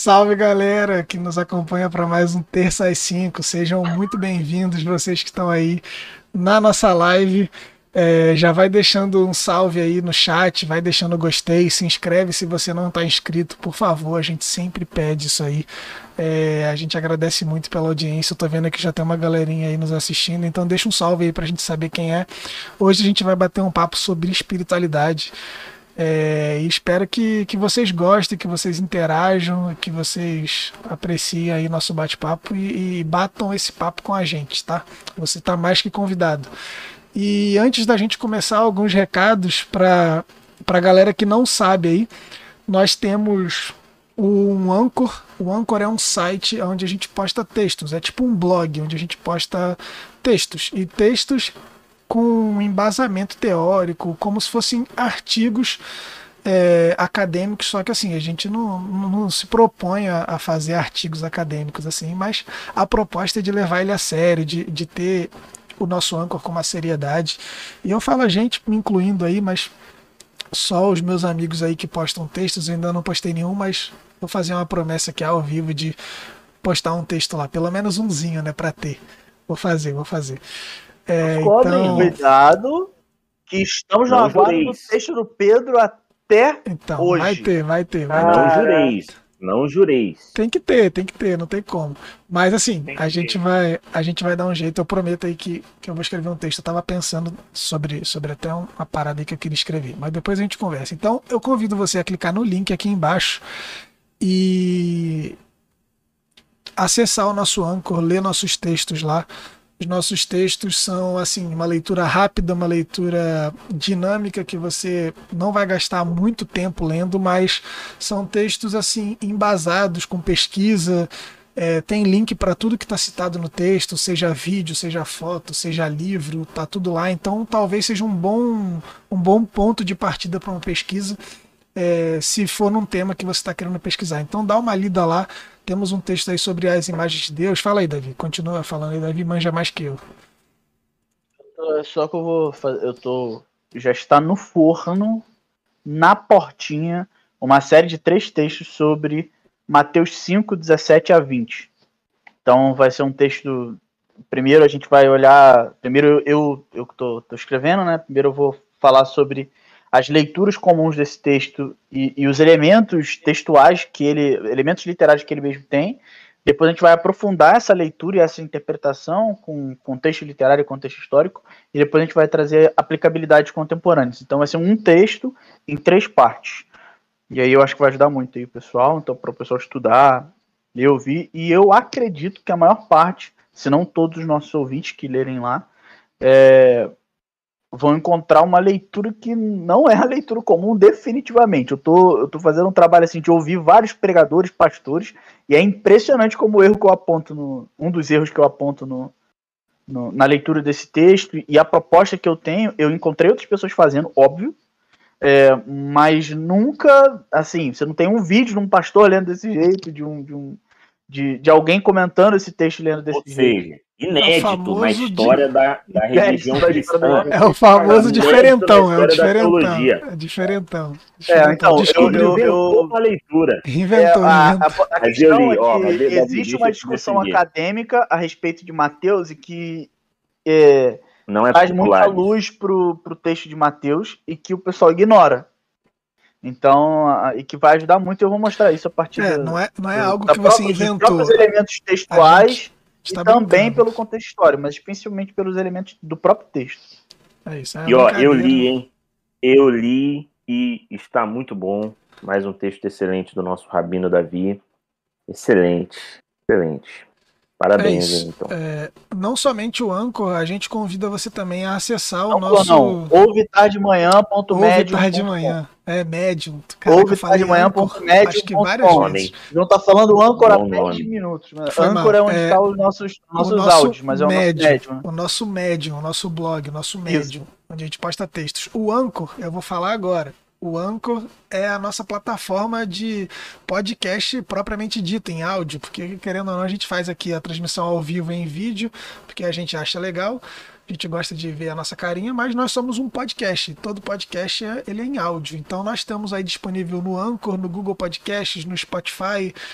Salve galera que nos acompanha para mais um Terça às 5. Sejam muito bem-vindos, vocês que estão aí na nossa live. Já vai deixando um salve aí no chat, vai deixando o gostei, se inscreve se você não está inscrito, por favor, a gente sempre pede isso aí. A gente agradece muito pela audiência. Eu tô vendo que já tem uma galerinha aí nos assistindo, então deixa um salve aí pra gente saber quem é. Hoje a gente vai bater um papo sobre espiritualidade. E espero que vocês gostem, que vocês interajam, que vocês apreciem aí nosso bate-papo e batam esse papo com a gente, tá? Você tá mais que convidado. E antes da gente começar, alguns recados para a galera que não sabe aí. Nós temos um Anchor. O Anchor é um site onde a gente posta textos. É tipo um blog onde a gente posta textos. E textos com embasamento teórico, como se fossem artigos acadêmicos, só que assim, a gente não se propõe a fazer artigos acadêmicos assim, mas a proposta é de levar ele a sério, de ter o nosso Anchor com uma seriedade. E eu falo a gente, me incluindo aí, mas só os meus amigos aí que postam textos. Eu ainda não postei nenhum, mas vou fazer uma promessa aqui ao vivo de postar um texto lá, pelo menos umzinho, né, para ter. Vou fazer. Então, cuidado, que estamos no aguardo do texto do Pedro até então, hoje. Vai ter. Não jureis. Tem que ter, não tem como. Mas assim, a gente vai dar um jeito. Eu prometo aí que eu vou escrever um texto. Eu tava pensando sobre até uma parada aí que eu queria escrever, mas depois a gente conversa. Então, eu convido você a clicar no link aqui embaixo e acessar o nosso Anchor, ler nossos textos lá. Os nossos textos são assim, uma leitura rápida, uma leitura dinâmica, que você não vai gastar muito tempo lendo, mas são textos assim embasados com pesquisa. Tem link para tudo que está citado no texto, seja vídeo, seja foto, seja livro, tá tudo lá. Então talvez seja um bom ponto de partida para uma pesquisa, se for num tema que você está querendo pesquisar. Então dá uma lida lá. Temos um texto aí sobre as imagens de Deus. Fala aí, Davi. Continua falando aí. Davi manja mais que eu. Só que eu vou fazer. Já está no forno, na portinha, uma série de 3 textos sobre Mateus 5, 17 a 20. Então vai ser um texto. Primeiro a gente vai olhar. Primeiro eu que tô escrevendo, né? Primeiro eu vou falar sobre as leituras comuns desse texto e os elementos textuais elementos literários que ele mesmo tem. Depois a gente vai aprofundar essa leitura e essa interpretação com contexto literário e contexto histórico, e depois a gente vai trazer aplicabilidades contemporâneas. Então vai ser um texto em 3 partes. E aí eu acho que vai ajudar muito aí o pessoal, então para o pessoal estudar, ler, ouvir, e eu acredito que a maior parte, se não todos os nossos ouvintes que lerem lá, vão encontrar uma leitura que não é a leitura comum, definitivamente. Eu tô fazendo um trabalho assim de ouvir vários pregadores, pastores, e é impressionante como um dos erros que eu aponto na leitura desse texto e a proposta que eu tenho. Eu encontrei outras pessoas fazendo, óbvio, mas nunca, assim, você não tem um vídeo de um pastor lendo desse jeito, de alguém comentando esse texto lendo desse jeito. Inédito na história da religião cristã. É o famoso diferentão. É diferentão. Então, uma leitura. Inventou. A questão é que existe uma discussão acadêmica a respeito de Mateus e que não traz muita luz pro texto de Mateus e que o pessoal ignora. Então, e que vai ajudar muito. Eu vou mostrar isso a partir não é algo que você inventou. Dos próprios elementos textuais e também pelo contexto histórico, mas principalmente pelos elementos do próprio texto. É isso. E eu li, hein? Eu li e está muito bom. Mais um texto excelente do nosso Rabino Davi. Excelente. Parabéns, então. Não somente o Anchor, a gente convida você também a acessar o nosso... ouvetardemanhã.medium.com. Medium. ouvetardemanhã.medium.com. Acho que várias vezes. Não tá falando Anchor há 10 minutos. Anchor é onde está os nossos áudios, mas é o nosso Medium. Né? O nosso Medium, o nosso blog, o nosso Medium, onde a gente posta textos. O Anchor, eu vou falar agora. O Anchor é a nossa plataforma de podcast propriamente dito, em áudio, porque querendo ou não a gente faz aqui a transmissão ao vivo em vídeo, porque a gente acha legal, a gente gosta de ver a nossa carinha, mas nós somos um podcast, todo podcast ele é em áudio, então nós estamos aí disponível no Anchor, no Google Podcasts, no Spotify,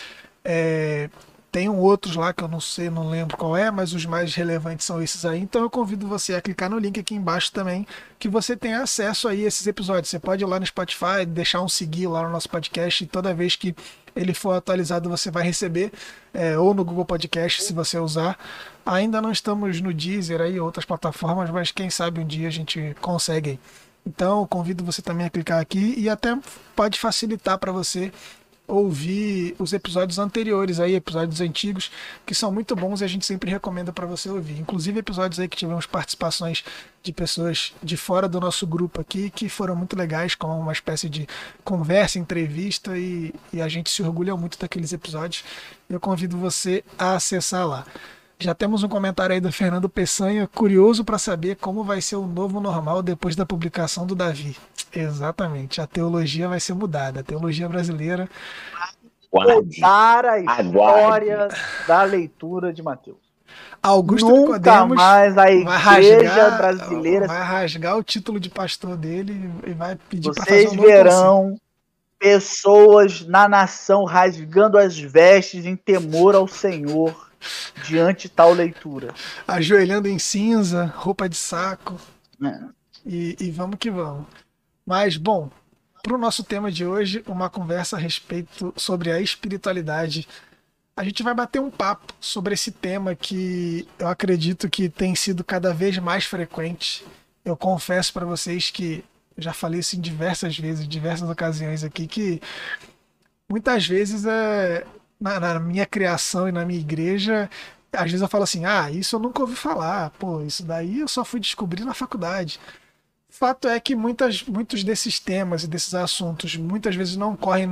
Tem outros lá que eu não sei, não lembro qual é, mas os mais relevantes são esses aí. Então eu convido você a clicar no link aqui embaixo também, que você tenha acesso aí a esses episódios. Você pode ir lá no Spotify, deixar um seguir lá no nosso podcast, e toda vez que ele for atualizado você vai receber, ou no Google Podcast, se você usar. Ainda não estamos no Deezer aí, outras plataformas, mas quem sabe um dia a gente consegue. Então eu convido você também a clicar aqui e até pode facilitar para você ouvir os episódios anteriores aí, episódios antigos, que são muito bons e a gente sempre recomenda para você ouvir. Inclusive episódios aí que tivemos participações de pessoas de fora do nosso grupo aqui, que foram muito legais, como uma espécie de conversa, entrevista, e a gente se orgulha muito daqueles episódios. Eu convido você a acessar lá. Já temos um comentário aí do Fernando Peçanha, curioso para saber como vai ser o novo normal depois da publicação do Davi. Exatamente, a teologia vai ser mudada, a teologia brasileira. Mudar a história da leitura de Mateus. Augusto Nunca Nicodemos mais a igreja brasileira vai rasgar o título de pastor dele e vai pedir para Vocês fazer um novo verão conselho. Pessoas na nação rasgando as vestes em temor ao Senhor diante de tal leitura. Ajoelhando em cinza, roupa de saco. É. E vamos que vamos. Mas, bom, para o nosso tema de hoje, uma conversa a respeito sobre a espiritualidade. A gente vai bater um papo sobre esse tema que eu acredito que tem sido cada vez mais frequente. Eu confesso para vocês que já falei isso em diversas vezes, em diversas ocasiões aqui, que muitas vezes na minha criação e na minha igreja, às vezes eu falo assim, isso eu nunca ouvi falar, pô, isso daí eu só fui descobrir na faculdade. Fato é que muitos desses temas e desses assuntos muitas vezes não correm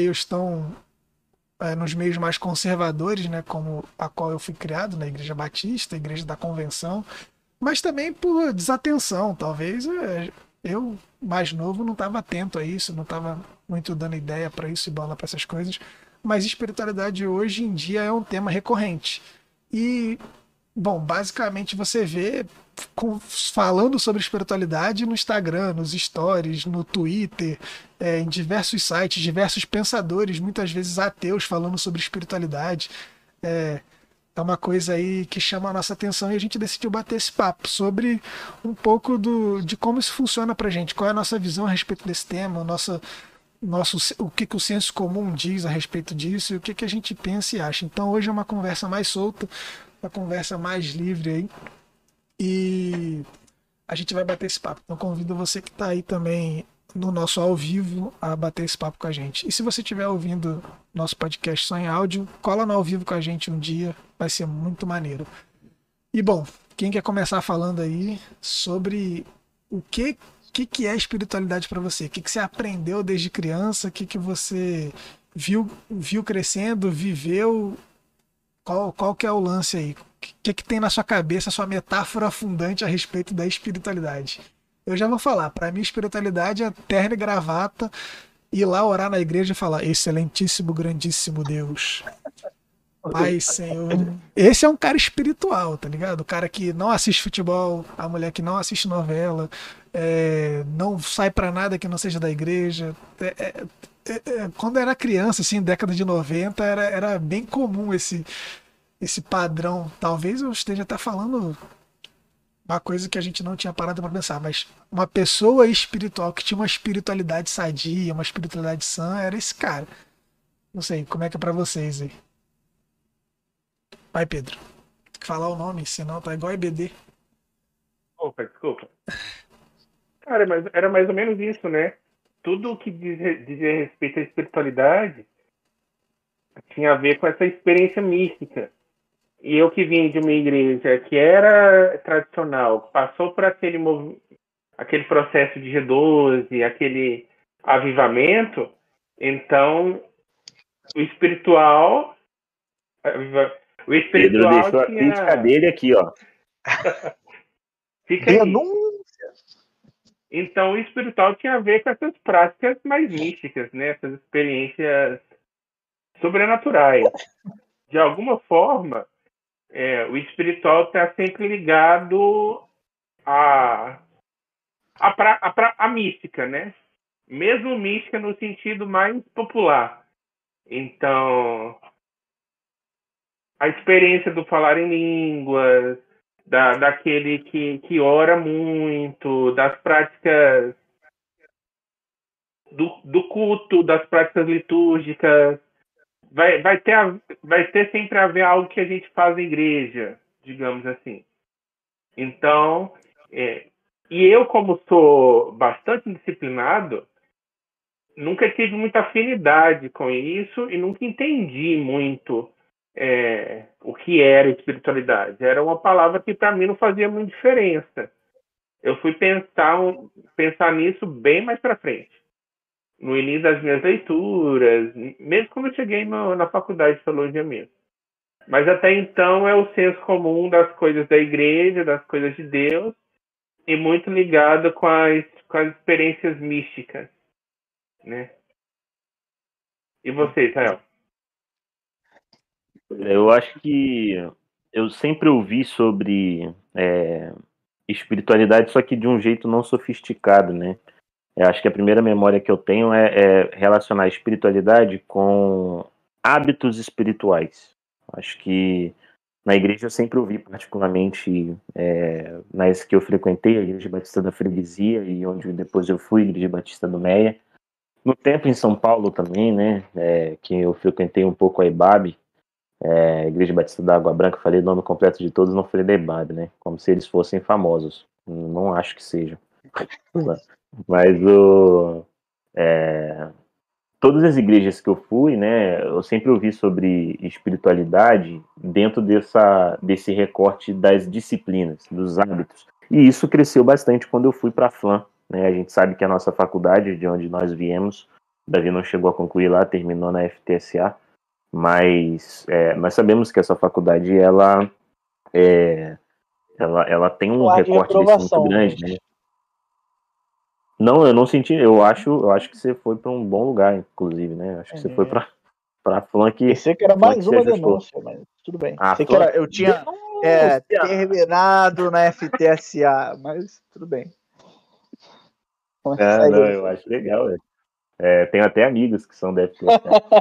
nos meios mais conservadores, né, como a qual eu fui criado, na Igreja Batista, Igreja da Convenção, mas também por desatenção, talvez eu mais novo não estava atento a isso, não estava muito dando ideia para isso e bola para essas coisas, mas espiritualidade hoje em dia é um tema recorrente. E, bom, basicamente você vê falando sobre espiritualidade no Instagram, nos stories, no Twitter, em diversos sites, diversos pensadores, muitas vezes ateus, falando sobre espiritualidade. É uma coisa aí que chama a nossa atenção e a gente decidiu bater esse papo sobre um pouco de como isso funciona pra gente, qual é a nossa visão a respeito desse tema, o que o senso comum diz a respeito disso e o que a gente pensa e acha. Então hoje é uma conversa mais solta, uma conversa mais livre aí. E a gente vai bater esse papo. Então convido você que está aí também no nosso ao vivo a bater esse papo com a gente. E se você estiver ouvindo nosso podcast só em áudio, cola no ao vivo com a gente um dia, vai ser muito maneiro. E bom, quem quer começar falando aí sobre o que é espiritualidade para você? O que você aprendeu desde criança? O que você viu crescendo, viveu? Qual que é o lance aí? O que tem na sua cabeça, a sua metáfora fundante a respeito da espiritualidade? Eu já vou falar, para mim espiritualidade é terno e gravata, ir lá orar na igreja e falar, excelentíssimo, grandíssimo Deus. Pai, Senhor. Esse é um cara espiritual, tá ligado? O cara que não assiste futebol, a mulher que não assiste novela, não sai pra nada que não seja da igreja. Quando eu era criança, assim, década de 90, era bem comum esse padrão. Talvez eu esteja até falando uma coisa que a gente não tinha parado para pensar, mas uma pessoa espiritual que tinha uma espiritualidade sadia, uma espiritualidade sã, era esse cara. Não sei, como é que é pra vocês aí? Vai, Pedro. Tem que falar o nome, senão tá igual EBD. Opa, desculpa. Cara, mas era mais ou menos isso, né? Tudo o que dizia respeito à espiritualidade tinha a ver com essa experiência mística. E eu que vim de uma igreja que era tradicional, passou por aquele processo de G12, aquele avivamento, então o espiritual Pedro deixou a crítica dele aqui, ó. Fica aí. Então o espiritual tinha a ver com essas práticas mais místicas, né? Essas experiências sobrenaturais. De alguma forma, o espiritual está sempre ligado à mística, né? Mesmo mística no sentido mais popular. Então, a experiência do falar em línguas, daquele que ora muito, das práticas do culto, das práticas litúrgicas. Vai ter sempre a ver algo que a gente faz na igreja, digamos assim. Então, e eu, como sou bastante disciplinado, nunca tive muita afinidade com isso e nunca entendi muito o que era espiritualidade. Era uma palavra que para mim não fazia muita diferença. Eu fui pensar nisso bem mais para frente, no início das minhas leituras, mesmo quando eu cheguei na faculdade de teologia mesmo. Mas até então é o senso comum das coisas da igreja, das coisas de Deus, e muito ligado com as experiências místicas, né? E você, Israel? Eu acho que eu sempre ouvi sobre espiritualidade, só que de um jeito não sofisticado, né? Eu acho que a primeira memória que eu tenho é relacionar a espiritualidade com hábitos espirituais. Acho que na igreja eu sempre ouvi, particularmente nas que eu frequentei, a Igreja Batista da Freguesia, e onde depois eu fui, a Igreja Batista do Meia. No tempo em São Paulo também, né, que eu frequentei um pouco a EBAB, a Igreja Batista da Água Branca, falei o nome completo de todos, não falei da EBAB, né, como se eles fossem famosos. Não acho que sejam. Mas todas as igrejas que eu fui, né, eu sempre ouvi sobre espiritualidade dentro desse recorte das disciplinas, dos hábitos. E isso cresceu bastante quando eu fui para a FLAM, né? A gente sabe que a nossa faculdade, de onde nós viemos, o Davi não chegou a concluir lá, terminou na FTSA, mas nós sabemos que essa faculdade ela tem um recorte desse muito grande, né? Não, eu não senti. Eu acho que você foi para um bom lugar, inclusive, né? Acho que você foi para a FLAN que. Pensei que era mais uma denúncia, mas tudo bem. Pensei que eu tinha terminado na FTSA, mas tudo bem. Não, eu acho legal. Tenho até amigos que são da FTSA,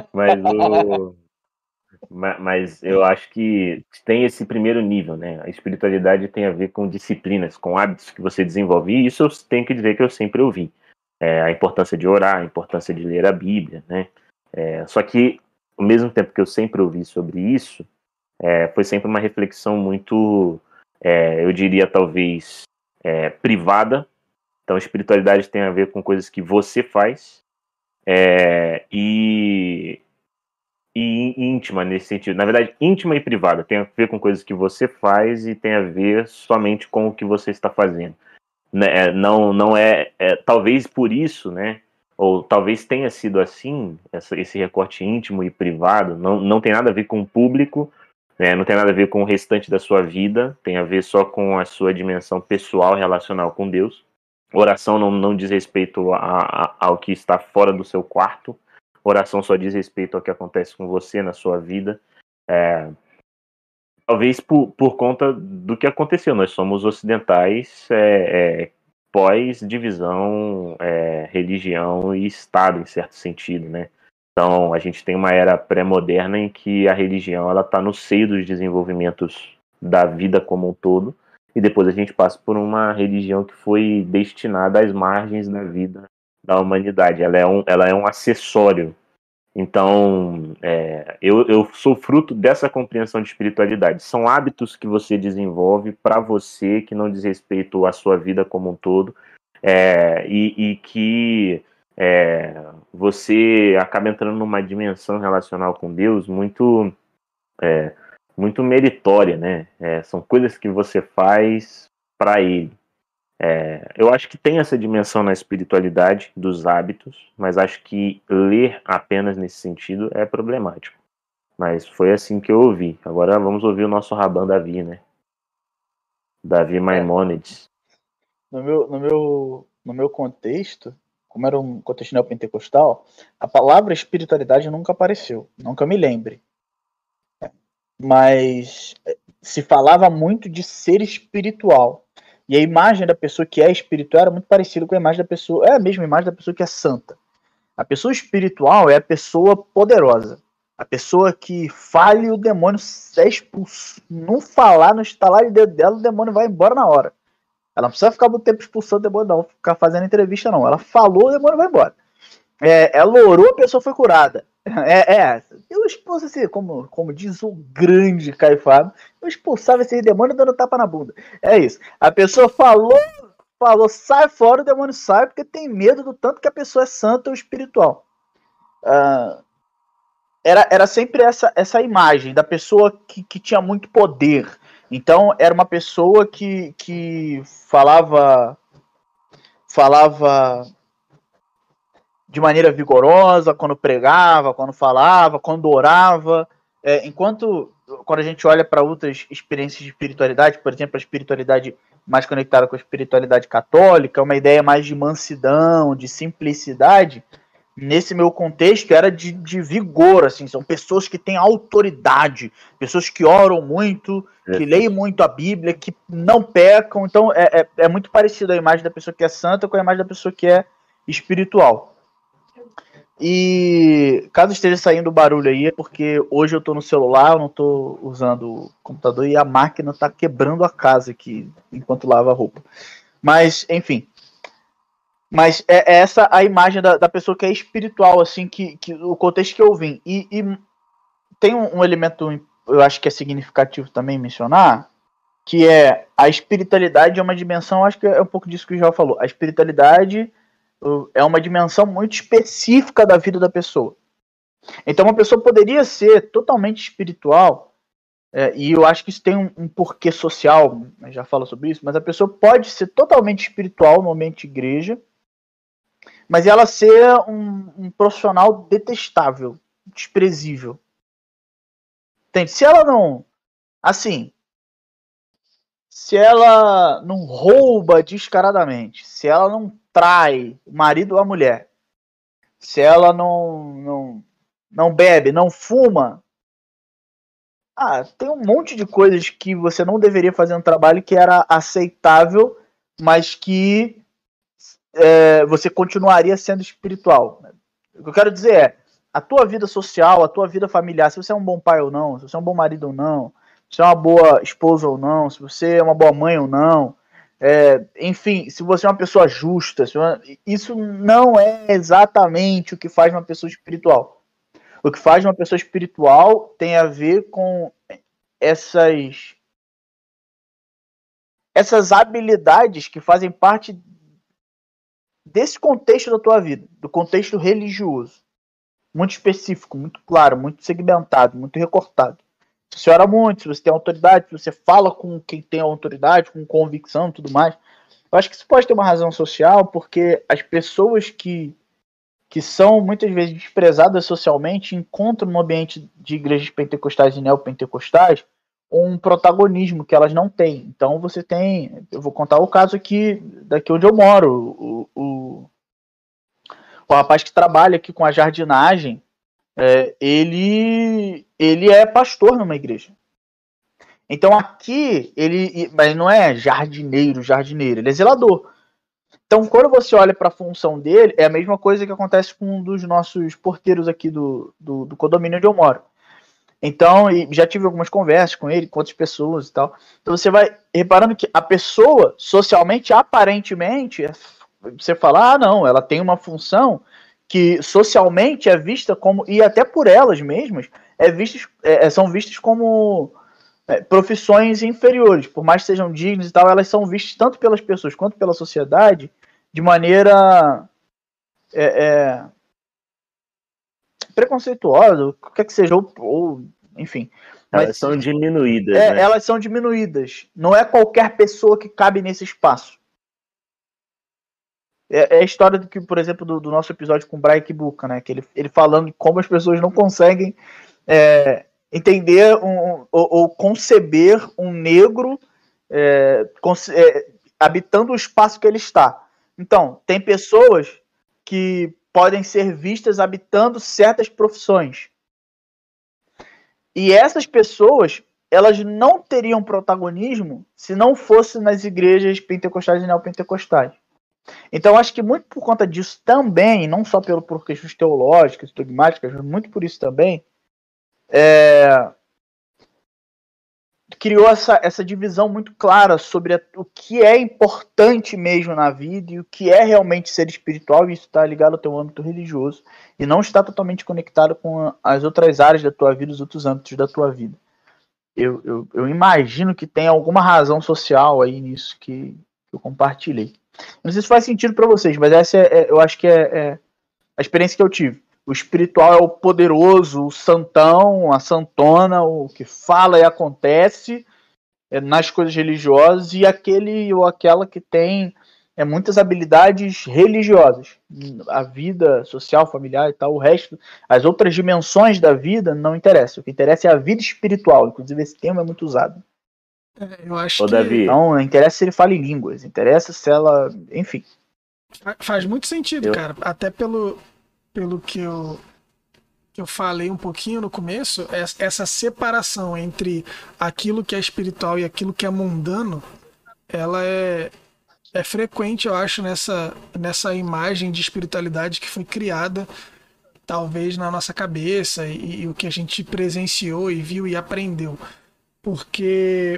mas eu acho que tem esse primeiro nível, né? A espiritualidade tem a ver com disciplinas, com hábitos que você desenvolve, e isso eu tenho que dizer que eu sempre ouvi. A importância de orar, a importância de ler a Bíblia, né? Só que, ao mesmo tempo que eu sempre ouvi sobre isso, foi sempre uma reflexão muito, eu diria, talvez, privada. Então, a espiritualidade tem a ver com coisas que você faz, e íntima nesse sentido. Na verdade, íntima e privada. Tem a ver com coisas que você faz e tem a ver somente com o que você está fazendo. Não é talvez por isso, né? Ou talvez tenha sido assim, esse recorte íntimo e privado. Não tem nada a ver com o público, né? Não tem nada a ver com o restante da sua vida. Tem a ver só com a sua dimensão pessoal, relacional com Deus. Oração não diz respeito ao que está fora do seu quarto. Oração só diz respeito ao que acontece com você na sua vida. Talvez por conta do que aconteceu. Nós somos ocidentais pós-divisão, religião e Estado, em certo sentido, né? Então, a gente tem uma era pré-moderna em que a religião está no seio dos desenvolvimentos da vida como um todo, e depois a gente passa por uma religião que foi destinada às margens da vida da humanidade. Ela é um acessório. Então, eu sou fruto dessa compreensão de espiritualidade. São hábitos que você desenvolve para você, que não diz respeito à sua vida como um todo, e que você acaba entrando numa dimensão relacional com Deus muito meritória, né? São coisas que você faz para Ele. Eu acho que tem essa dimensão na espiritualidade dos hábitos, mas acho que ler apenas nesse sentido é problemático. Mas foi assim que eu ouvi. Agora vamos ouvir o nosso Rabban Davi, né? Davi Maimônides. No meu contexto, como era um contexto neopentecostal, a palavra espiritualidade nunca apareceu, nunca me lembre. Mas se falava muito de ser espiritual. E a imagem da pessoa que é espiritual era muito parecida com a imagem da pessoa, a mesma imagem da pessoa que é santa. A pessoa espiritual é a pessoa poderosa. A pessoa que fale, o demônio é expulso. Não falar, não estalar de dedo dela, o demônio vai embora na hora. Ela não precisa ficar muito tempo expulsando o demônio, não. Ficar fazendo entrevista, não. Ela falou, o demônio vai embora. Ela orou, a pessoa foi curada. Eu expulso esse, como diz o grande Caifás, eu expulsava esse demônio dando tapa na bunda. É isso. A pessoa falou, sai fora, o demônio sai, porque tem medo do tanto que a pessoa é santa ou espiritual. Era sempre essa imagem da pessoa que tinha muito poder. Então, era uma pessoa que falava de maneira vigorosa, quando pregava, quando falava, quando orava. Quando a gente olha para outras experiências de espiritualidade, por exemplo, a espiritualidade mais conectada com a espiritualidade católica, uma ideia mais de mansidão, de simplicidade. Nesse meu contexto, era de vigor, assim, são pessoas que têm autoridade, pessoas que oram muito, que leem muito a Bíblia, que não pecam. Então, é muito parecido a imagem da pessoa que é santa com a imagem da pessoa que é espiritual. E caso esteja saindo barulho aí, é porque hoje eu tô no celular, eu não tô usando o computador e a máquina tá quebrando a casa aqui, enquanto lava a roupa. Mas, enfim... Mas é essa a imagem da pessoa que é espiritual, assim, que o contexto que eu vim. E tem um elemento, eu acho que é significativo também mencionar, que é a espiritualidade é uma dimensão, acho que é um pouco disso que o João falou. A espiritualidade é uma dimensão muito específica da vida da pessoa. Então uma pessoa poderia ser totalmente espiritual, e eu acho que isso tem um porquê social, já falo sobre isso, mas a pessoa pode ser totalmente espiritual no ambiente de igreja, mas ela ser um profissional detestável, desprezível. Entende? Se ela não... Assim, se ela não rouba descaradamente, se ela não trai o marido ou a mulher, se ela não bebe, não fuma, tem um monte de coisas que você não deveria fazer no trabalho que era aceitável, mas que você continuaria sendo espiritual. O que eu quero dizer é, a tua vida social, a tua vida familiar, se você é um bom pai ou não, se você é um bom marido ou não, se você é uma boa esposa ou não, se você é uma boa mãe ou não, enfim, se você é uma pessoa justa, isso não é exatamente o que faz uma pessoa espiritual. O que faz uma pessoa espiritual tem a ver com essas habilidades que fazem parte desse contexto da tua vida, do contexto religioso. Muito específico, muito claro, muito segmentado, muito recortado. Se você ora muito, se você tem autoridade, se você fala com quem tem autoridade, com convicção e tudo mais. Eu acho que isso pode ter uma razão social, porque as pessoas que são muitas vezes desprezadas socialmente encontram no ambiente de igrejas pentecostais e neopentecostais um protagonismo que elas não têm. Então você tem... Eu vou contar o caso aqui, daqui onde eu moro. O rapaz que trabalha aqui com a jardinagem, ele é pastor numa igreja. Então aqui, mas não é jardineiro, ele é zelador. Então quando você olha para a função dele, é a mesma coisa que acontece com um dos nossos porteiros aqui do condomínio onde eu moro. Então, já tive algumas conversas com ele, com outras pessoas e tal. Então você vai reparando que a pessoa, socialmente, aparentemente, você fala, não, ela tem uma função que socialmente é vista como, e até por elas mesmas, são vistas como profissões inferiores. Por mais que sejam dignas e tal, elas são vistas tanto pelas pessoas quanto pela sociedade de maneira preconceituosa, o que quer que seja, ou enfim. Elas são diminuídas. Né? Elas são diminuídas. Não é qualquer pessoa que cabe nesse espaço. É a história do que, por exemplo, do nosso episódio com o Brian Kibuka, né? Que ele falando de como as pessoas não conseguem entender ou conceber um negro habitando o espaço que ele está. Então, tem pessoas que podem ser vistas habitando certas profissões. E essas pessoas, elas não teriam protagonismo se não fosse nas igrejas pentecostais e neopentecostais. Então, acho que muito por conta disso também, não só por questões teológicas, dogmáticas, mas muito por isso também, criou essa divisão muito clara sobre o que é importante mesmo na vida e o que é realmente ser espiritual, e isso está ligado ao teu âmbito religioso e não está totalmente conectado com as outras áreas da tua vida, os outros âmbitos da tua vida. Eu imagino que tem alguma razão social aí nisso que eu compartilhei. Não sei se faz sentido para vocês, mas essa eu acho que é a experiência que eu tive. O espiritual é o poderoso, o santão, a santona, o que fala e acontece nas coisas religiosas, e aquele ou aquela que tem muitas habilidades religiosas. A vida social, familiar e tal, o resto, as outras dimensões da vida não interessam. O que interessa é a vida espiritual. Inclusive, esse termo é muito usado. Eu acho Ô, que Davi, Então, não interessa se ele fala em línguas, interessa se ela. Enfim. faz muito sentido, cara. Até pelo que eu falei um pouquinho no começo, essa separação entre aquilo que é espiritual e aquilo que é mundano, ela é frequente, eu acho, nessa imagem de espiritualidade que foi criada, talvez, na nossa cabeça e o que a gente presenciou e viu e aprendeu. Porque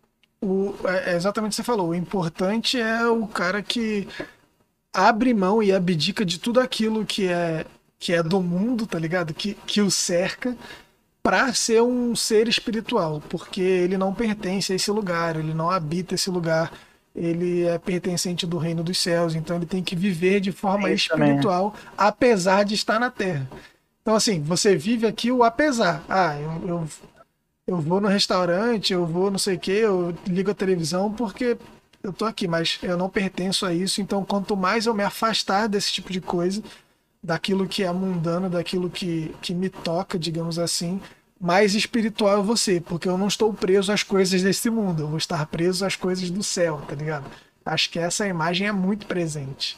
é exatamente o que você falou, o importante é o cara que abre mão e abdica de tudo aquilo que é do mundo, tá ligado? Que o cerca, para ser um ser espiritual, porque ele não pertence a esse lugar, ele não habita esse lugar, ele é pertencente do reino dos céus, então ele tem que viver de forma espiritual, apesar de estar na terra. Então, assim, você vive aqui o apesar. Eu vou no restaurante, eu vou não sei o que, eu ligo a televisão porque eu tô aqui, mas eu não pertenço a isso, então quanto mais eu me afastar desse tipo de coisa, daquilo que é mundano, daquilo que me toca, digamos assim, mais espiritual eu vou ser, porque eu não estou preso às coisas desse mundo, eu vou estar preso às coisas do céu, tá ligado? Acho que essa imagem é muito presente.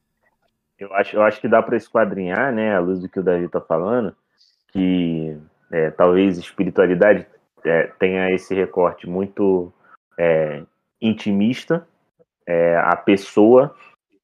eu acho que dá para esquadrinhar, né, à luz do que o Davi tá falando, que talvez espiritualidade tenha esse recorte muito intimista, a pessoa,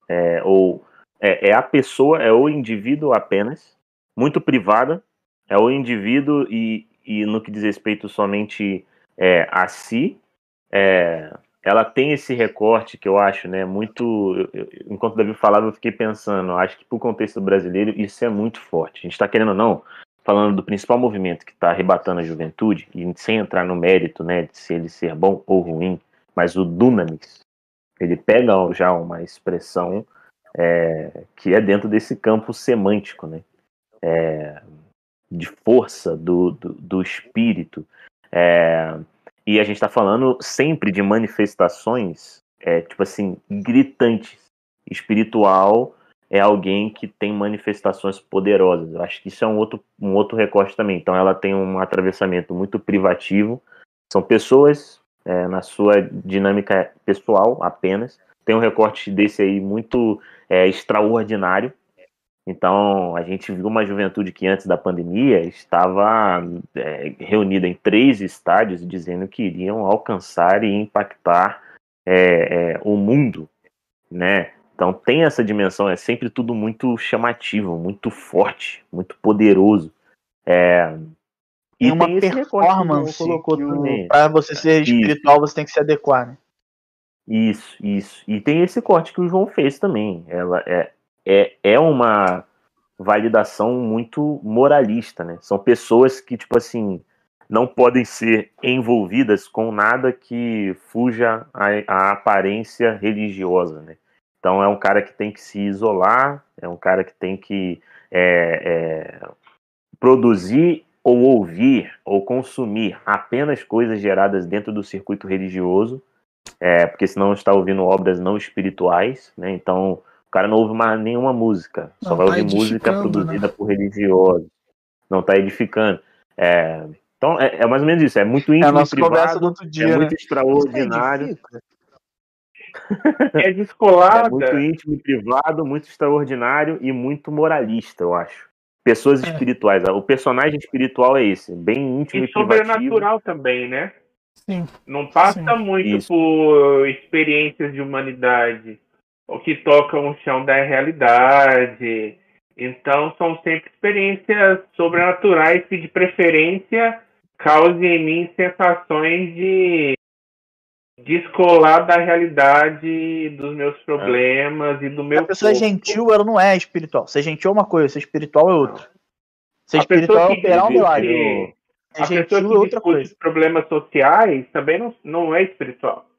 a pessoa, é o indivíduo apenas, muito privada, é o indivíduo e no que diz respeito somente a si, ela tem esse recorte que eu acho, né, muito... enquanto o Davi falava, eu fiquei pensando, acho que pro contexto brasileiro isso é muito forte. A gente está querendo ou não, falando do principal movimento que está arrebatando a juventude, e sem entrar no mérito, né, de se ele ser bom ou ruim, mas o Dunamis, ele pega já uma expressão que é dentro desse campo semântico, né, de força do espírito, e a gente está falando sempre de manifestações, tipo assim, gritantes. Espiritual é alguém que tem manifestações poderosas. Eu acho que isso é um outro recorte também. Então ela tem um atravessamento muito privativo. São pessoas na sua dinâmica pessoal apenas. Tem um recorte desse aí muito extraordinário. Então, a gente viu uma juventude que antes da pandemia estava reunida em 3 estádios dizendo que iriam alcançar e impactar o mundo, né? Então tem essa dimensão, é sempre tudo muito chamativo, muito forte, muito poderoso. E uma performance que para você ser espiritual você tem que se adequar, né? Isso. E tem esse corte que o João fez também. Ela é uma validação muito moralista, né? São pessoas que, tipo assim, não podem ser envolvidas com nada que fuja à aparência religiosa, né? Então é um cara que tem que se isolar, é um cara que tem que produzir ou ouvir ou consumir apenas coisas geradas dentro do circuito religioso, porque senão está ouvindo obras não espirituais, né? Então o cara não ouve mais nenhuma música, só vai ouvir música produzida por religiosos, não está edificando. Então é mais ou menos isso, é muito íntimo e privado, do outro dia, muito extraordinário. É descolada. É muito íntimo e privado, muito extraordinário e muito moralista, eu acho. Pessoas espirituais. O personagem espiritual é esse, bem íntimo e privativo. E sobrenatural também, né? Sim. Não passa muito por experiências de humanidade, ou que tocam o chão da realidade. Então, são sempre experiências sobrenaturais que, de preferência, causem em mim sensações de descolar da realidade dos meus problemas e do meu A pessoa corpo. gentil, ela não é espiritual. Ser gentil é uma coisa, ser espiritual é outra. Ser A espiritual é pessoa que operar um discute- milagre. Ser A pessoa gentil é que outra discute coisa. problemas sociais também não é espiritual.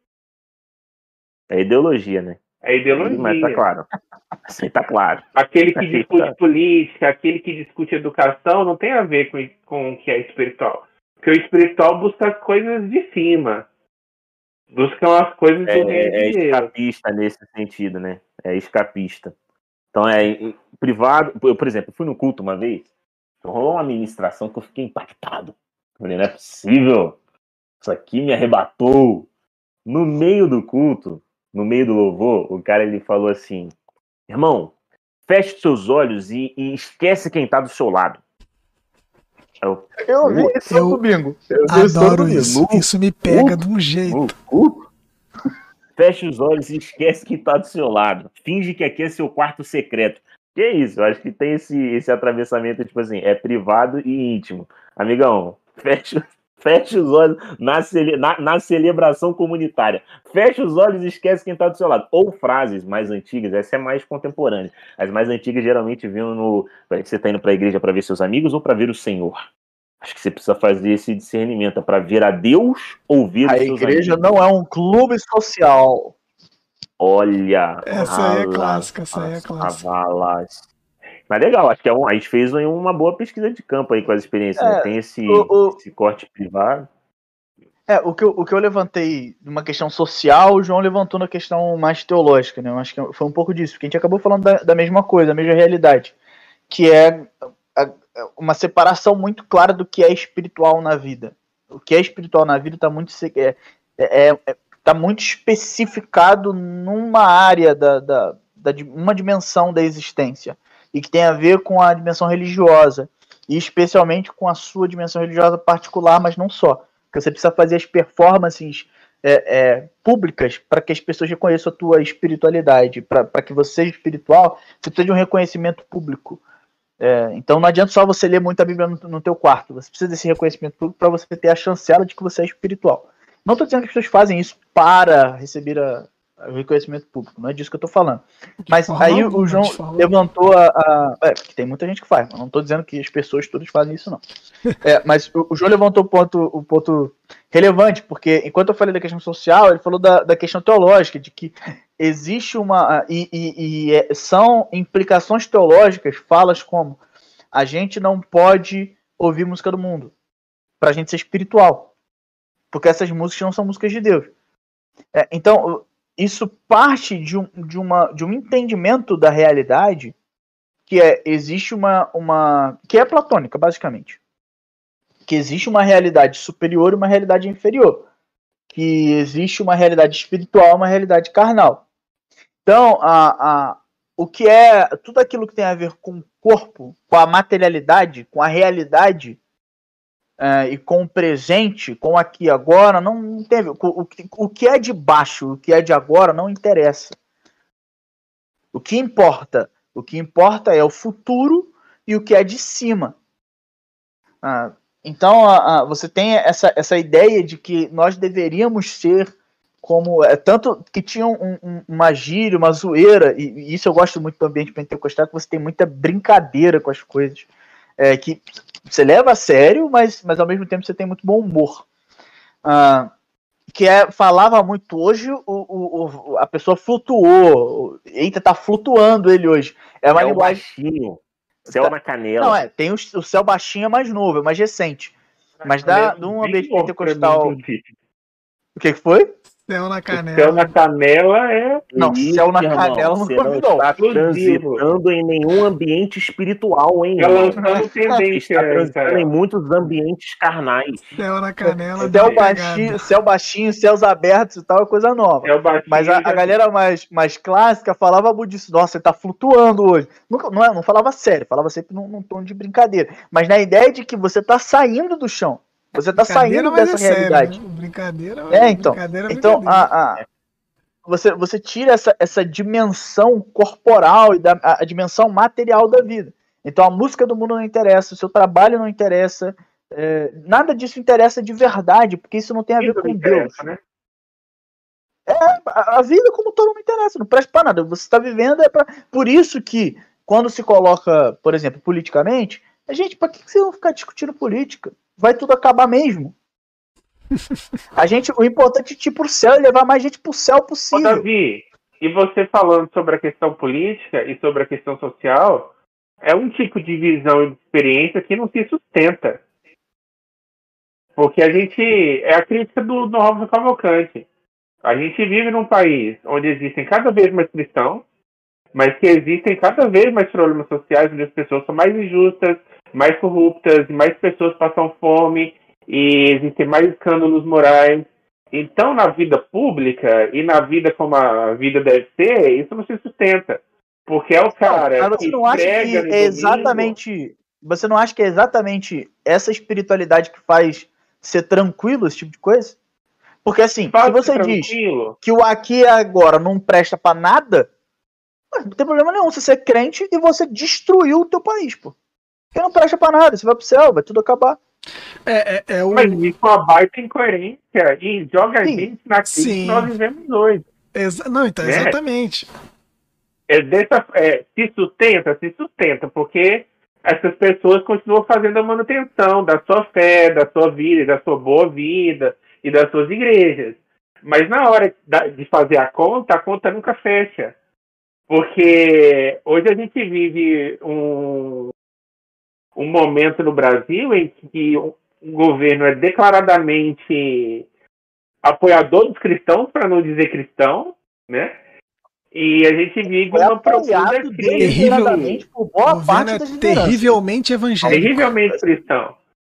É ideologia, né? É ideologia. Mas tá claro. Assim, tá claro. Aquele que Aí discute tá. política, aquele que discute educação, não tem a ver com o que é espiritual. Porque o espiritual busca as coisas de cima. Buscam as coisas do reino É de Deus. escapista nesse sentido, né? É escapista. Então, em privado. Eu, por exemplo, fui no culto uma vez, rolou uma ministração que eu fiquei impactado. Eu falei, não é possível. Isso aqui me arrebatou. No meio do culto, no meio do louvor, o cara ele falou assim: irmão, feche seus olhos e esquece quem tá do seu lado. Eu vi isso no domingo. Eu vi isso no Adoro domingo. isso. Isso me pega de um jeito. No culto? Feche os olhos e esquece quem tá do seu lado. Finge que aqui é seu quarto secreto. Que isso? Eu acho que tem esse atravessamento, tipo assim, é privado e íntimo. Amigão, feche os olhos na celebração comunitária. Feche os olhos e esquece quem tá do seu lado. Ou frases mais antigas, essa é mais contemporânea. As mais antigas geralmente vinham no... Você tá indo pra igreja para ver seus amigos ou para ver o Senhor? Acho que você precisa fazer esse discernimento. É para ver a Deus ou ver os A seus igreja amigos? não é um clube social. Olha, Essa aí é clássica, essa aí é clássica. Mas legal, acho que a gente fez uma boa pesquisa de campo aí com as experiências, né? Tem esse corte privado. O que eu levantei numa questão social, o João levantou na questão mais teológica, né? Eu acho que foi um pouco disso, porque a gente acabou falando da mesma coisa, da mesma realidade, que é uma separação muito clara do que é espiritual na vida. O que é espiritual na vida está muito tá muito especificado numa área uma dimensão da existência, e que tem a ver com a dimensão religiosa, e especialmente com a sua dimensão religiosa particular, mas não só. Porque você precisa fazer as performances públicas para que as pessoas reconheçam a tua espiritualidade. Para que você seja espiritual, você precisa de um reconhecimento público. Então não adianta só você ler muito a Bíblia no teu quarto. Você precisa desse reconhecimento público para você ter a chancela de que você é espiritual. Não estou dizendo que as pessoas fazem isso para receber o reconhecimento público. Não é disso que eu estou falando. Mas aí o João levantou porque tem muita gente que faz. Não estou dizendo que as pessoas todas fazem isso, não. Mas o João levantou o ponto relevante, porque enquanto eu falei da questão social, ele falou da questão teológica, de que existe são implicações teológicas, falas como: a gente não pode ouvir música do mundo pra gente ser espiritual, porque essas músicas não são músicas de Deus. Então, isso parte de um entendimento da realidade que existe que é platônica, basicamente. Que existe uma realidade superior e uma realidade inferior. Que existe uma realidade espiritual e uma realidade carnal. Então, o que é tudo aquilo que tem a ver com o corpo, com a materialidade, com a realidade, e com o presente, com o aqui e agora, não tem a ver. O que é de baixo, o que é de agora, não interessa. O que importa é o futuro e o que é de cima. Então, você tem essa ideia de que nós deveríamos ser como... tanto que tinha uma gíria, uma zoeira, e isso eu gosto muito do ambiente pentecostal, que você tem muita brincadeira com as coisas. Que você leva a sério, mas ao mesmo tempo você tem muito bom humor. Falava muito hoje, a pessoa flutuou. Eita, tá flutuando ele hoje. É uma linguagem... baixinho. Céu na canela. Não, tem o céu baixinho, é mais novo, é mais recente. Mas de um ambiente pentecostal... O que foi? Céu na canela. Céu na canela é... Não, isso, céu na irmão, canela não você foi, não não. está transitando em nenhum ambiente espiritual, hein? Tá lançando tendência. Está transitando em muitos ambientes carnais. Céu na canela. Céu baixinho, céus abertos e tal, é coisa nova. Mas a galera mais clássica falava muito disso. Nossa, você tá flutuando hoje. Não falava sério, falava sempre num tom de brincadeira. Mas na ideia de que você tá saindo do chão. Você tá saindo dessa realidade. Sério, né? Brincadeira, então, você tira essa dimensão corporal e a dimensão material da vida. Então a música do mundo não interessa, o seu trabalho não interessa, nada disso interessa de verdade, porque isso não tem a ver com Deus. Né? A vida como todo não interessa, não presta pra nada. Você está vivendo por isso que quando se coloca, por exemplo, politicamente, gente, pra que você vai ficar discutindo política? Vai tudo acabar mesmo. O importante é ir pro céu e levar mais gente pro céu possível. Ô, Davi, e você falando sobre a questão política e sobre a questão social, é um tipo de visão e de experiência que não se sustenta. Porque a gente... É a crítica do Robson Cavalcante. A gente vive num país onde existem cada vez mais cristãos, mas que existem cada vez mais problemas sociais, onde as pessoas são mais injustas, mais corruptas, e mais pessoas passam fome, e existem mais escândalos morais. Então, na vida pública e na vida como a vida deve ser, isso não se sustenta. Porque é o cara que prega no domingo. Você não acha que é exatamente essa espiritualidade que faz ser tranquilo, esse tipo de coisa? Porque assim, se você diz que o aqui e agora não presta pra nada, não tem problema nenhum você ser crente e você destruiu o teu país, pô. Porque não presta pra nada, você vai pro céu, vai tudo acabar. Mas isso é uma baita incoerência e joga a gente na crise que nós vivemos hoje. Exatamente. Se sustenta, porque essas pessoas continuam fazendo a manutenção da sua fé, da sua vida, da sua boa vida e das suas igrejas. Mas na hora de fazer a conta nunca fecha. Porque hoje a gente vive um momento no Brasil em que o governo é declaradamente apoiador dos cristãos, para não dizer cristão, né? E a gente vive uma profunda crise. Por boa parte das terrivelmente evangélico. Terrivelmente cristão.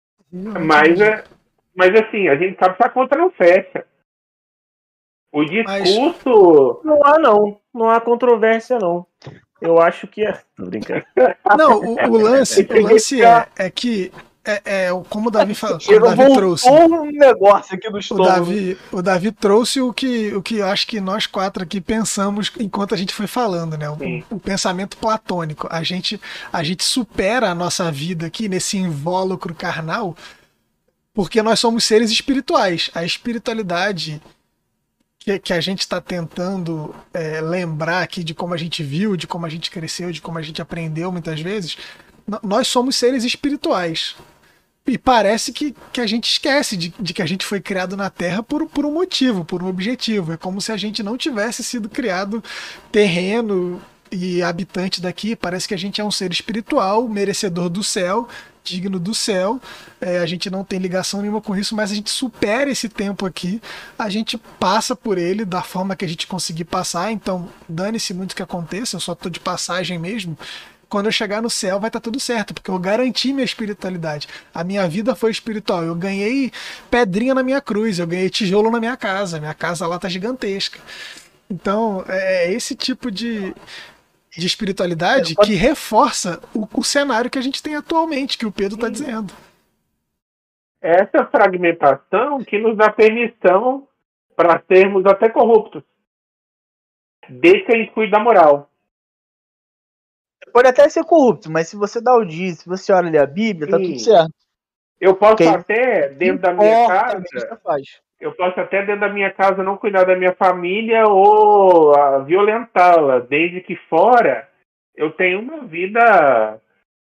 Mas assim, a gente sabe que a conta não fecha. O discurso... Não há controvérsia, não. Eu acho que é... Tô brincando. Não, o lance é que como o Davi falou, trouxe um negócio aqui do estômago. O Davi trouxe o que eu acho que nós quatro aqui pensamos enquanto a gente foi falando, né? O pensamento platônico. A gente supera a nossa vida aqui nesse invólucro carnal porque nós somos seres espirituais. A espiritualidade que a gente está tentando lembrar aqui de como a gente viu, de como a gente cresceu, de como a gente aprendeu muitas vezes, nós somos seres espirituais. E parece que a gente esquece de que a gente foi criado na Terra por um motivo, por um objetivo. É como se a gente não tivesse sido criado terreno e habitante daqui. Parece que a gente é um ser espiritual, merecedor do céu, digno do céu. A gente não tem ligação nenhuma com isso, mas a gente supera esse tempo aqui, a gente passa por ele da forma que a gente conseguir passar. Então dane-se muito o que aconteça, eu só tô de passagem mesmo. Quando eu chegar no céu vai estar tudo certo, porque eu garanti minha espiritualidade. A minha vida foi espiritual. Eu ganhei pedrinha na minha cruz, eu ganhei tijolo na minha casa lá tá gigantesca. Então é esse tipo de espiritualidade que reforça o cenário que a gente tem atualmente, que o Pedro está dizendo. Essa fragmentação que nos dá permissão para sermos até corruptos. Desde que a gente cuide da moral. Pode até ser corrupto, mas se você dá o dízimo, se você olha ali a Bíblia, tá tudo certo. Eu posso até, dentro da minha casa... Eu posso até, dentro da minha casa, não cuidar da minha família ou violentá-la. Desde que fora, eu tenho uma vida...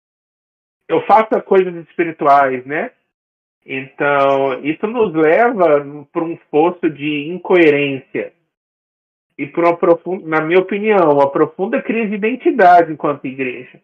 Eu faço coisas espirituais, né? Então, isso nos leva para um fosso de incoerência. E por na minha opinião, uma profunda crise de identidade enquanto igreja.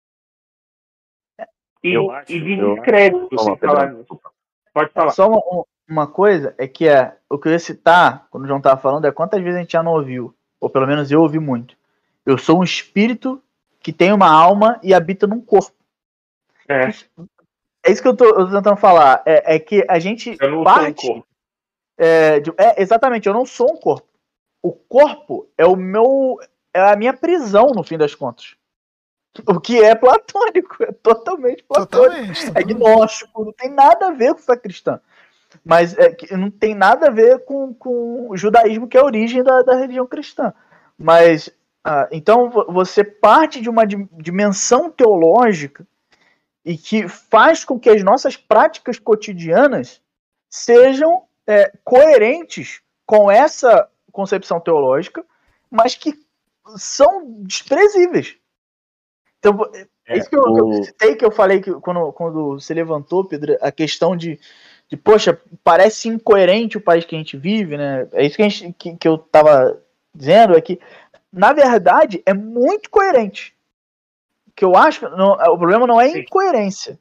E de descrédito. Pode falar. Só uma coisa é que o que eu ia citar, quando o João estava falando, é quantas vezes a gente já não ouviu, ou pelo menos eu ouvi muito. Eu sou um espírito que tem uma alma e habita num corpo. É isso que eu tô tentando falar. É que a gente eu não parte... sou um corpo. Exatamente, eu não sou um corpo. O corpo é a minha prisão, no fim das contas. O que é platônico, é totalmente platônico. Totalmente. É gnóstico, não tem nada a ver com fé cristã. Mas que não tem nada a ver com o judaísmo, que é a origem da religião cristã. Mas, então, você parte de uma dimensão teológica e que faz com que as nossas práticas cotidianas sejam coerentes com essa concepção teológica, mas que são desprezíveis. Então, isso que eu citei, que eu falei que quando você levantou, Pedro, a questão de poxa, parece incoerente o país que a gente vive, né? É isso que eu estava dizendo, é que, na verdade, é muito coerente. Que eu acho que o problema não é incoerência.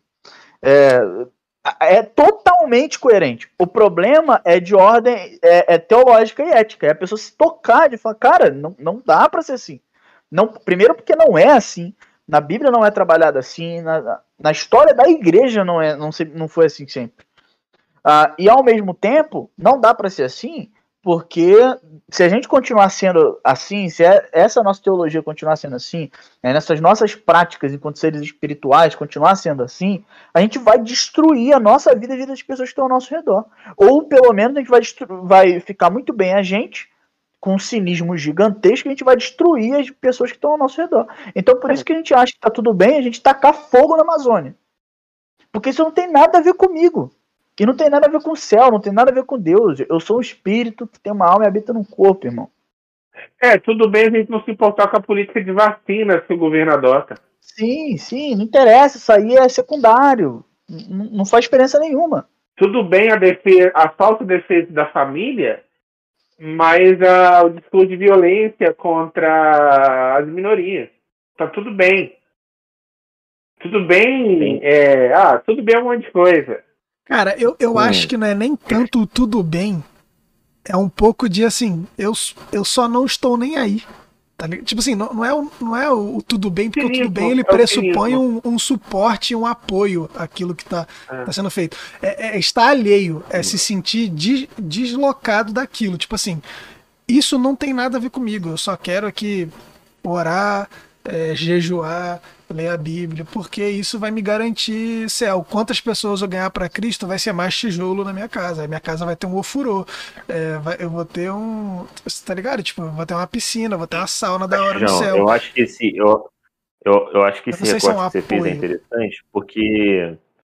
É totalmente coerente. O problema é de ordem teológica e ética. É a pessoa se tocar de falar, cara, não dá para ser assim. Não, primeiro porque não é assim. Na Bíblia não é trabalhado assim. Na história da igreja não foi assim sempre. E ao mesmo tempo, não dá para ser assim, porque se a gente continuar sendo assim, se essa nossa teologia continuar sendo assim, nessas nossas práticas enquanto seres espirituais continuar sendo assim, a gente vai destruir a nossa vida e a vida das pessoas que estão ao nosso redor. Ou pelo menos a gente vai ficar muito bem a gente, com um cinismo gigantesco, a gente vai destruir as pessoas que estão ao nosso redor. Então por isso que a gente acha que tá tudo bem a gente tacar fogo na Amazônia. Porque isso não tem nada a ver comigo. Que não tem nada a ver com o céu, não tem nada a ver com Deus. Eu sou um espírito que tem uma alma e habita num corpo, irmão. Tudo bem a gente não se importar com a política de vacinas que o governo adota. Sim, não interessa, isso aí é secundário. Não faz diferença nenhuma. Tudo bem a falsa defesa da família, mas o discurso de violência contra as minorias. Tá tudo bem. Tudo bem, tudo bem é um monte de coisa. Cara, eu acho que não é nem tanto tudo bem. É um pouco de assim, eu só não estou nem aí. Tá ligado? Tipo assim, não é o tudo bem, porque o tudo bem ele pressupõe um suporte, um apoio àquilo que tá sendo feito. Estar alheio, se sentir deslocado daquilo. Tipo assim, isso não tem nada a ver comigo. Eu só quero aqui orar, jejuar, ler a Bíblia, porque isso vai me garantir céu. Quantas pessoas eu ganhar para Cristo, vai ser mais tijolo na minha casa. A minha casa vai ter um ofurô. Eu vou ter você tá ligado? Tipo, eu vou ter uma piscina, vou ter uma sauna da hora no céu. Eu acho que eu acho que esse recorte que você fez é interessante, porque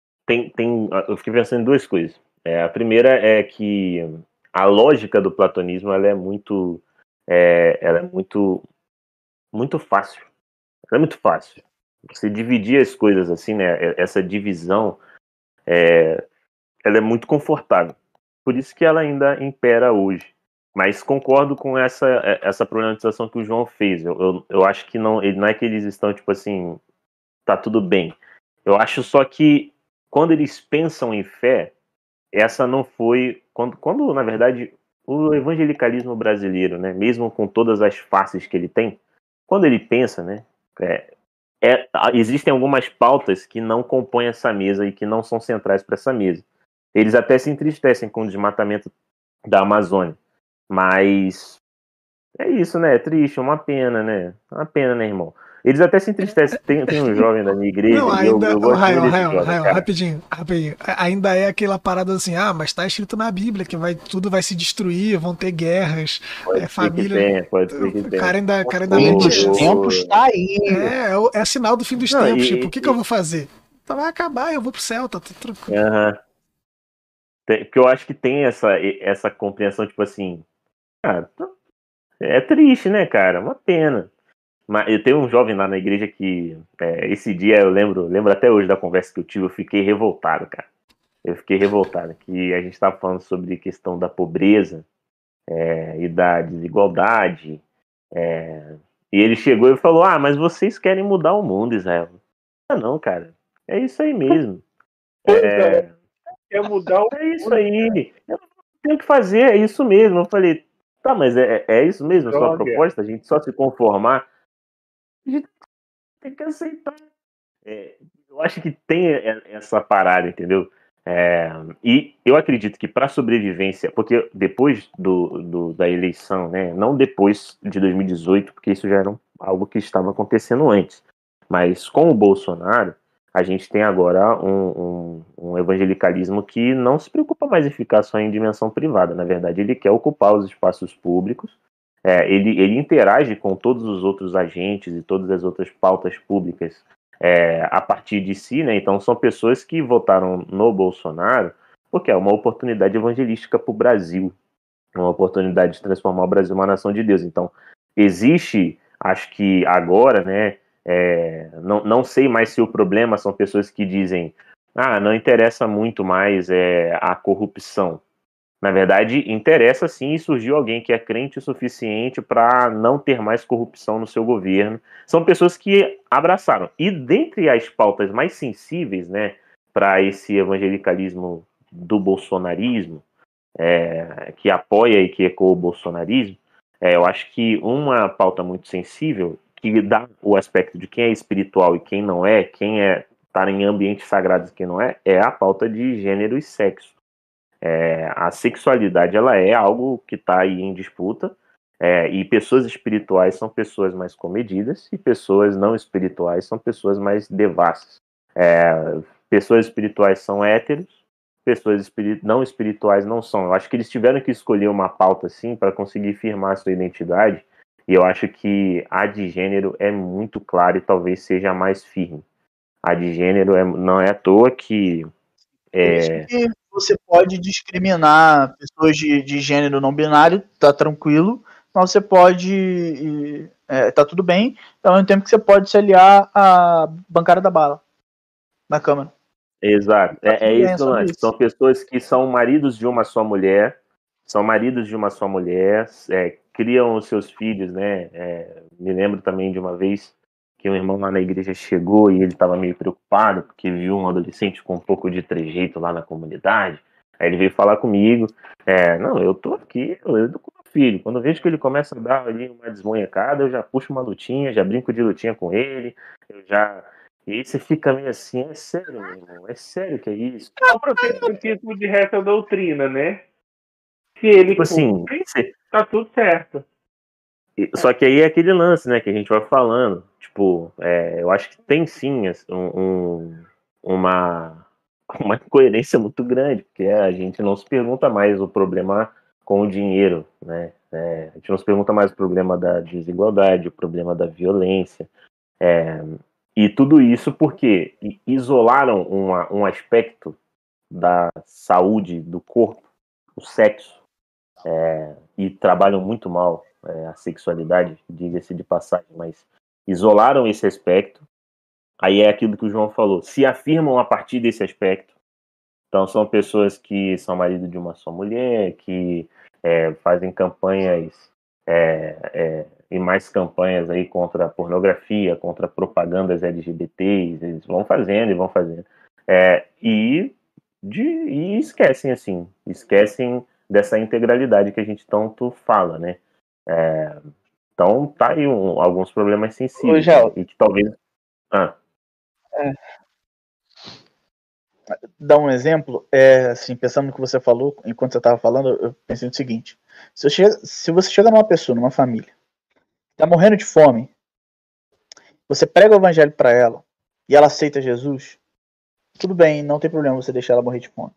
eu fiquei pensando em duas coisas. A primeira é que a lógica do platonismo ela é muito muito fácil. Ela é muito fácil. Você dividir as coisas assim, né? Essa divisão, ela é muito confortável. Por isso que ela ainda impera hoje. Mas concordo com essa problematização que o João fez. Eu acho que não é que eles estão tipo assim, tá tudo bem. Eu acho só que quando eles pensam em fé, essa não foi quando na verdade o evangelicalismo brasileiro, né? Mesmo com todas as faces que ele tem, quando ele pensa, né? Existem algumas pautas que não compõem essa mesa e que não são centrais para essa mesa. Eles até se entristecem com o desmatamento da Amazônia, mas é isso, né? É triste, uma pena, né? Uma pena, né, irmão? Eles até se entristecem. Tem um jovem da minha igreja. Não, ainda, eu gosto Rael, desse jovem, rapidinho. Ainda é aquela parada assim, mas tá escrito na Bíblia que tudo vai se destruir, vão ter guerras, família. Pode ser que tenha. O cara ainda fim dos tempos tá aí. É sinal do fim dos tempos. Tipo, o que eu vou fazer? Então vai acabar, eu vou pro céu, tá tudo tranquilo. Porque eu acho que tem essa compreensão, tipo assim, é triste, né, cara? Uma pena. Mas eu tenho um jovem lá na igreja que esse dia eu lembro até hoje da conversa que eu tive, eu fiquei revoltado, cara. Eu fiquei revoltado, que a gente estava falando sobre a questão da pobreza e da desigualdade. E ele chegou e falou, mas vocês querem mudar o mundo, Israel. Não, cara. É isso aí mesmo. Quer mudar o É isso aí. Eu tenho que fazer, é isso mesmo. Eu falei, tá, mas é isso mesmo a sua proposta? A gente só se conformar? A gente tem que aceitar. Eu acho que tem essa parada, entendeu? E eu acredito que para sobrevivência, porque depois da eleição, né, não depois de 2018, porque isso já era algo que estava acontecendo antes, mas com o Bolsonaro, a gente tem agora um evangelicalismo que não se preocupa mais em ficar só em dimensão privada. Na verdade, ele quer ocupar os espaços públicos, ele interage com todos os outros agentes e todas as outras pautas públicas a partir de si, né? Então são pessoas que votaram no Bolsonaro porque é uma oportunidade evangelística para o Brasil, uma oportunidade de transformar o Brasil numa nação de Deus. Então existe, acho que agora, né? Não sei mais se o problema são pessoas que dizem não interessa muito mais a corrupção. Na verdade, interessa sim, e surgiu alguém que é crente o suficiente para não ter mais corrupção no seu governo. São pessoas que abraçaram. E dentre as pautas mais sensíveis, né, para esse evangelicalismo do bolsonarismo, que apoia e que ecoa o bolsonarismo, eu acho que uma pauta muito sensível, que dá o aspecto de quem é espiritual e quem não é, quem está em ambientes sagrados e quem não é a pauta de gênero e sexo. A sexualidade ela é algo que está aí em disputa, e pessoas espirituais são pessoas mais comedidas e pessoas não espirituais são pessoas mais devassas. Pessoas espirituais são héteros, pessoas não espirituais não são. Eu acho que eles tiveram que escolher uma pauta assim para conseguir firmar a sua identidade, e eu acho que a de gênero é muito clara e talvez seja a mais firme. A de gênero não é à toa que você pode discriminar pessoas de gênero não binário, tá tranquilo, mas você pode, tá tudo bem, ao mesmo tempo que você pode se aliar à bancada da bala na Câmara. Exato, isso o lance. São pessoas que são maridos de uma só mulher, criam os seus filhos, né? Me lembro também de uma vez que um irmão lá na igreja chegou e ele estava meio preocupado porque viu um adolescente com um pouco de trejeito lá na comunidade. Aí ele veio falar comigo, não, eu tô aqui, eu educo meu filho. Quando eu vejo que ele começa a dar ali uma desmonhecada, eu já puxo uma lutinha, já brinco de lutinha com ele, E aí você fica meio assim, é sério, meu irmão, é sério que é isso? É o protestantismo de reta doutrina, né? Se ele cumpre, tá tudo certo. Só que aí é aquele lance, né, que a gente vai falando. Tipo, eu acho que tem sim uma incoerência muito grande, porque a gente não se pergunta mais o problema com o dinheiro, né? A gente não se pergunta mais o problema da desigualdade, o problema da violência. E tudo isso porque isolaram um aspecto da saúde do corpo, o sexo, e trabalham muito mal a sexualidade, diga-se de passagem, mas isolaram esse aspecto. Aí é aquilo que o João falou, se afirmam a partir desse aspecto. Então são pessoas que são marido de uma só mulher, que fazem campanhas e mais campanhas aí contra a pornografia, contra propagandas LGBTs, eles vão fazendo. E esquecem dessa integralidade que a gente tanto fala, né? Então tá aí alguns problemas sensíveis. E que talvez... Dar um exemplo, assim, pensando no que você falou, enquanto você estava falando, eu pensei no seguinte: se você chega numa pessoa, numa família, tá morrendo de fome, você prega o evangelho para ela e ela aceita Jesus, tudo bem, não tem problema você deixar ela morrer de fome.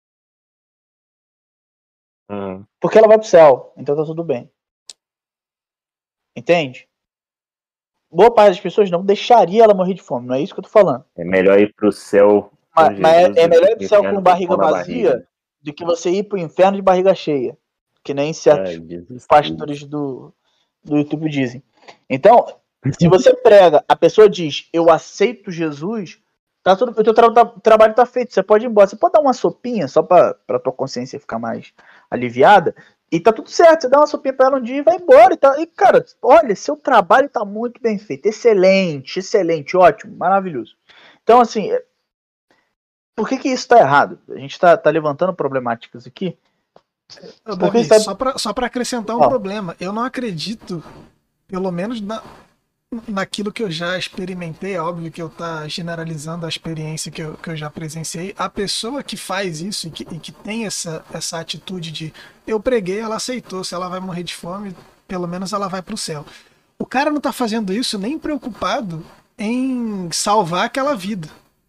Porque ela vai pro céu, então tá tudo bem. Entende? Boa parte das pessoas não deixaria ela morrer de fome, não é isso que eu tô falando. É melhor ir pro céu. Mas é melhor ir pro céu com barriga vazia do que você ir pro inferno de barriga cheia. Que nem certos pastores do YouTube dizem. Então, se você prega, a pessoa diz, eu aceito Jesus, tá tudo, o teu trabalho tá feito, você pode ir embora. Você pode dar uma sopinha, só pra tua consciência ficar mais aliviada, e tá tudo certo, você dá uma sopinha pra ela um dia e vai embora. E cara, olha, seu trabalho tá muito bem feito, excelente, ótimo, maravilhoso. Então, assim, por que isso tá errado? A gente tá levantando problemáticas aqui. Davi, só para acrescentar um problema, eu não acredito, pelo menos naquilo que eu já experimentei, é óbvio que eu tá generalizando a experiência que eu já presenciei, a pessoa que faz isso e que tem essa atitude de eu preguei, ela aceitou, se ela vai morrer de fome, pelo menos ela vai pro céu. O cara não tá fazendo isso nem preocupado em salvar aquela vida.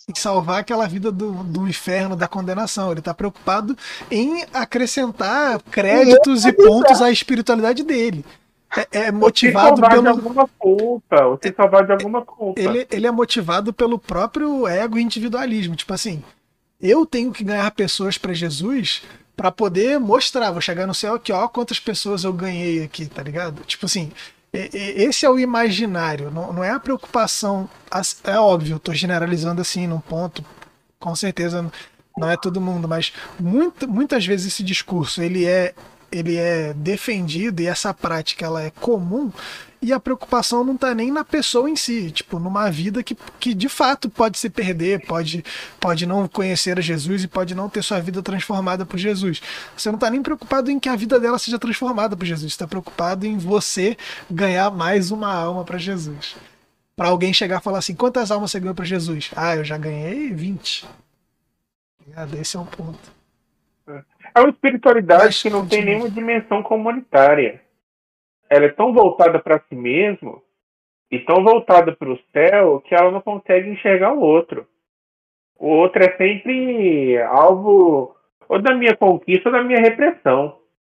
em salvar aquela vida do inferno, da condenação. Ele está preocupado em acrescentar créditos e pontos à espiritualidade dele. É motivado salvar de pelo. alguma culpa, ou se salvar de alguma culpa. Ele é motivado pelo próprio ego e individualismo. Tipo assim, eu tenho que ganhar pessoas para Jesus para poder mostrar. Vou chegar no céu aqui, ó, quantas pessoas eu ganhei aqui, tá ligado? Tipo assim, esse é o imaginário, não é a preocupação. É óbvio, eu tô generalizando assim num ponto, com certeza não é todo mundo, mas muitas vezes esse discurso ele é defendido e essa prática ela é comum e a preocupação não está nem na pessoa em si, tipo, numa vida que de fato pode se perder, pode não conhecer a Jesus e pode não ter sua vida transformada por Jesus. Você não está nem preocupado em que a vida dela seja transformada por Jesus, está preocupado em você ganhar mais uma alma para Jesus. Para alguém chegar e falar assim, quantas almas você ganhou para Jesus? Ah, eu já ganhei 20. Esse é um ponto. É uma espiritualidade Mas, que não tem continua. nenhuma dimensão comunitária. Ela é tão voltada para si mesma e tão voltada para o céu que ela não consegue enxergar o outro. O outro é sempre alvo ou da minha conquista ou da minha repressão.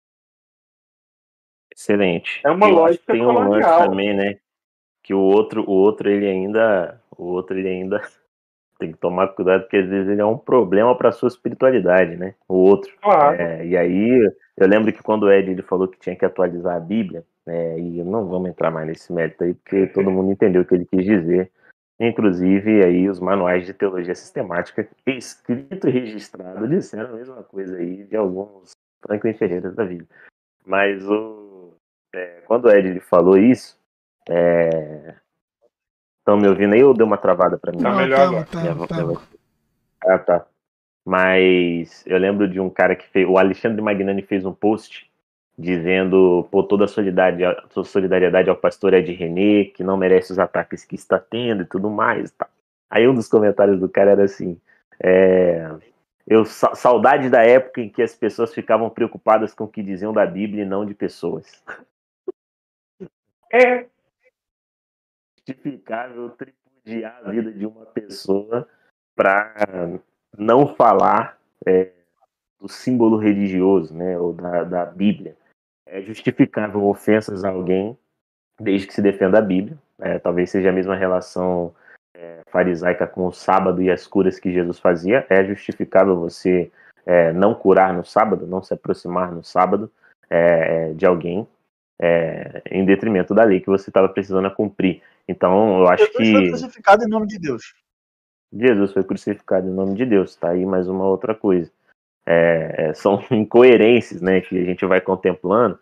Excelente. É uma E eu acho que lógica tem um lance colonial. também, né? Que o outro ele ainda tem que tomar cuidado, porque às vezes ele é um problema para sua espiritualidade, né? O outro. Claro. E aí, eu lembro que quando o Ed ele falou que tinha que atualizar a Bíblia, e não vamos entrar mais nesse mérito aí, porque todo mundo entendeu o que ele quis dizer. Inclusive, aí os manuais de teologia sistemática, escrito e registrado, disseram a mesma coisa aí de alguns Franklin Ferreiras da vida. Mas quando o Ed ele falou isso, estão me ouvindo aí ou deu uma travada para mim? Tá Não, melhor agora. tamo. Ah, tá. Mas eu lembro de um cara que fez. O Alexandre Magnani fez um post dizendo toda a solidariedade ao pastor Ed René, que não merece os ataques que está tendo e tudo mais. Tá. Aí um dos comentários do cara era assim: saudade da época em que as pessoas ficavam preocupadas com o que diziam da Bíblia e não de pessoas. É. Justificável tripudiar a vida de uma pessoa para não falar do símbolo religioso, né, ou da Bíblia. É justificável ofensas a alguém desde que se defenda a Bíblia. Talvez seja a mesma relação farisaica com o sábado e as curas que Jesus fazia. É justificável você não curar no sábado, não se aproximar no sábado de alguém em detrimento da lei que você estava precisando cumprir. Então, eu acho Jesus foi crucificado em nome de Deus. Jesus foi crucificado em nome de Deus. Tá aí mais uma outra coisa. São incoerências, né, que a gente vai contemplando.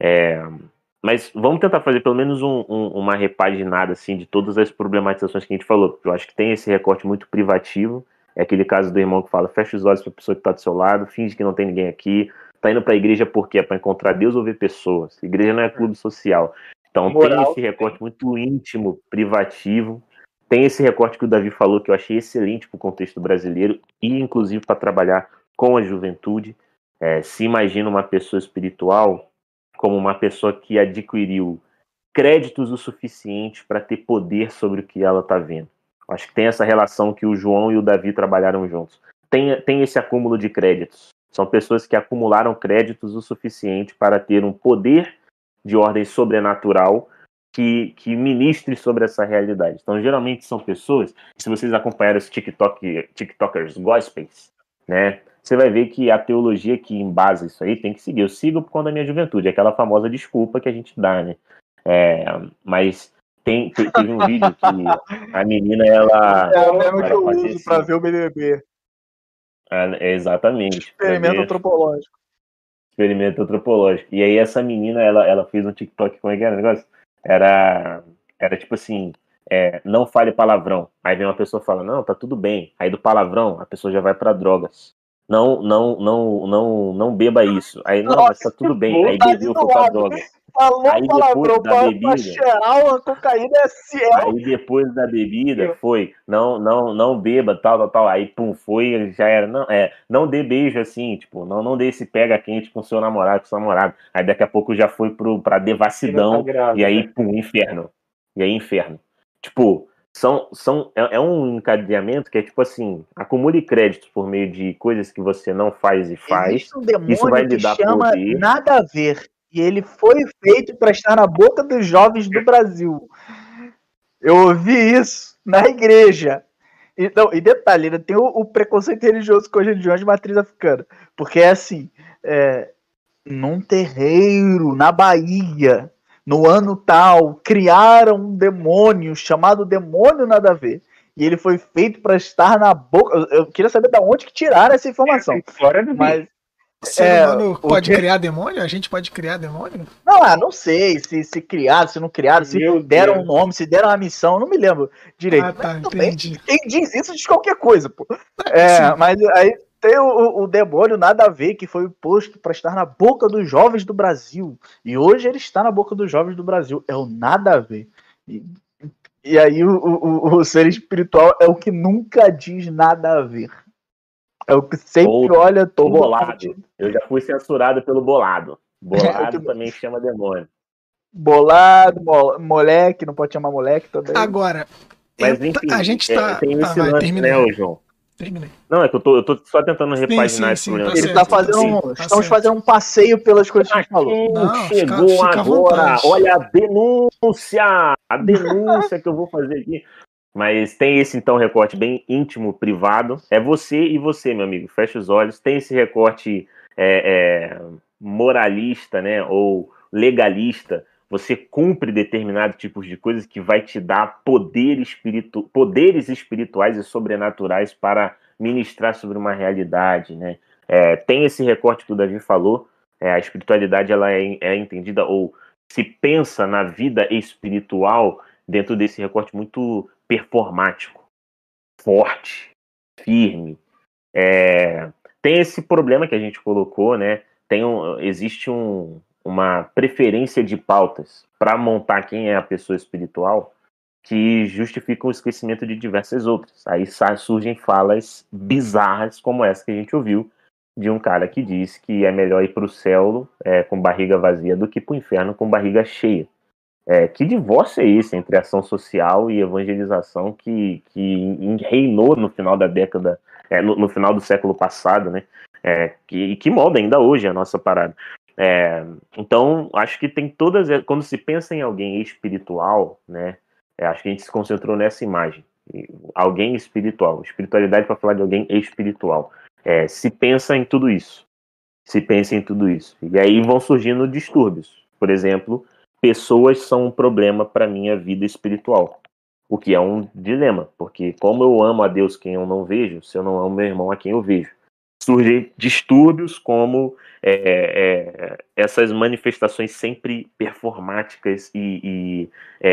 Mas vamos tentar fazer pelo menos uma repaginada assim, de todas as problematizações que a gente falou. Porque eu acho que tem esse recorte muito privativo. É aquele caso do irmão que fala, fecha os olhos para a pessoa que está do seu lado, finge que não tem ninguém aqui. Tá indo para a igreja por quê? É para encontrar Deus ou ver pessoas. Igreja não é clube social. Então tem esse recorte muito íntimo, privativo. Tem esse recorte que o Davi falou, que eu achei excelente para o contexto brasileiro e inclusive para trabalhar com a juventude. Se imagina uma pessoa espiritual como uma pessoa que adquiriu créditos o suficiente para ter poder sobre o que ela está vendo. Acho que tem essa relação que o João e o Davi trabalharam juntos. Tem esse acúmulo de créditos. São pessoas que acumularam créditos o suficiente para ter um poder de ordem sobrenatural que ministre sobre essa realidade. Então, geralmente são pessoas, se vocês acompanharem os TikTokers gospels, né, você vai ver que a teologia que embasa isso aí tem que seguir. Eu sigo por conta da minha juventude, aquela famosa desculpa que a gente dá, né? Mas teve um vídeo que a menina, ela... É o mesmo que eu fazia uso assim. pra ver o BBB. Exatamente. Experimento antropológico. Experimento antropológico. E aí essa menina, ela fez um TikTok, como é que era o negócio? Era tipo assim, não fale palavrão. Aí vem uma pessoa e fala, não, tá tudo bem. Aí do palavrão, a pessoa já vai pra drogas. Não beba isso. Aí, não, mas tá tudo bem. Aí bebeu, foi pra droga. Falou Aí depois da pra bebida, cheirar uma cocaína é ciel. aí depois da bebida foi, não beba, tal. Aí, pum, foi, já era. Não dê beijo assim, tipo, não dê esse pega quente com seu namorado, com seu namorado. Aí daqui a pouco já foi pra devassidão. E aí, pum, inferno. E aí, inferno. Tipo, é um encadeamento que é tipo assim, acumule créditos por meio de coisas que você não faz e faz. Existe um Isso vai demônio lhe que dar chama poder. Nada a Ver. E ele foi feito para estar na boca dos jovens do Brasil. Eu ouvi isso na igreja. E detalhe, ainda tem o preconceito religioso com as religiões de matriz africana. Porque é assim, num terreiro, na Bahia, no ano tal, criaram um demônio chamado Demônio Nada a Ver. E ele foi feito para estar na boca. Eu queria saber de onde que tiraram essa informação. Fora do Mas O ser humano o pode que- criar demônio? A gente pode criar demônio? não sei se criaram, se não criaram, se Meu deram Deus. um nome, se deram uma missão, não me lembro direito. Ah, tá, Mas também, entendi. quem diz isso diz qualquer coisa, pô. Sim. Mas aí tem o demônio Nada a Ver, que foi posto para estar na boca dos jovens do Brasil. E hoje ele está na boca dos jovens do Brasil. É o Nada a Ver. E aí o ser espiritual é o que nunca diz nada a ver. É o que sempre olha Tô tudo. bolado. Eu já fui censurado pelo bolado. Bolado também chama demônio. Bolado, moleque, não pode chamar moleque também. Agora, Mas enfim, a gente tá. tem esse vai, lance, termina né, aí. ô João? Terminei. Não, é que eu tô só tentando repaginar esse sim, problema. tá Ele certo, tá fazendo tá certo. fazendo um passeio pelas coisas que a gente falou. Não, Chegou fica à agora, vontade. olha a denúncia que eu vou fazer aqui. Mas tem esse, então, recorte bem íntimo, privado. É você e você, meu amigo. Fecha os olhos. Tem esse recorte moralista, né? Ou legalista. Você cumpre determinados tipos de coisas que vai te dar poderes espirituais e sobrenaturais para ministrar sobre uma realidade, né? Tem esse recorte que o Davi falou. A espiritualidade ela é entendida, ou se pensa na vida espiritual dentro desse recorte muito performático, forte, firme. Tem esse problema que a gente colocou, né? Existe uma preferência de pautas para montar quem é a pessoa espiritual que justifica o esquecimento de diversas outras. Aí surgem falas bizarras como essa que a gente ouviu de um cara que diz que é melhor ir para o céu com barriga vazia do que para o inferno com barriga cheia. Que divórcio é esse entre ação social e evangelização que reinou no final da década, no final do século passado, né? Que molda ainda hoje a nossa parada. Então, acho que tem todas. Quando se pensa em alguém espiritual, né? Acho que a gente se concentrou nessa imagem. Alguém espiritual. Espiritualidade para falar de alguém espiritual. Se pensa em tudo isso. Se pensa em tudo isso. E aí vão surgindo distúrbios. Por exemplo, pessoas são um problema para minha vida espiritual. O que é um dilema, porque como eu amo a Deus quem eu não vejo, se eu não amo meu irmão a quem eu vejo. Surgem distúrbios como essas manifestações sempre performáticas e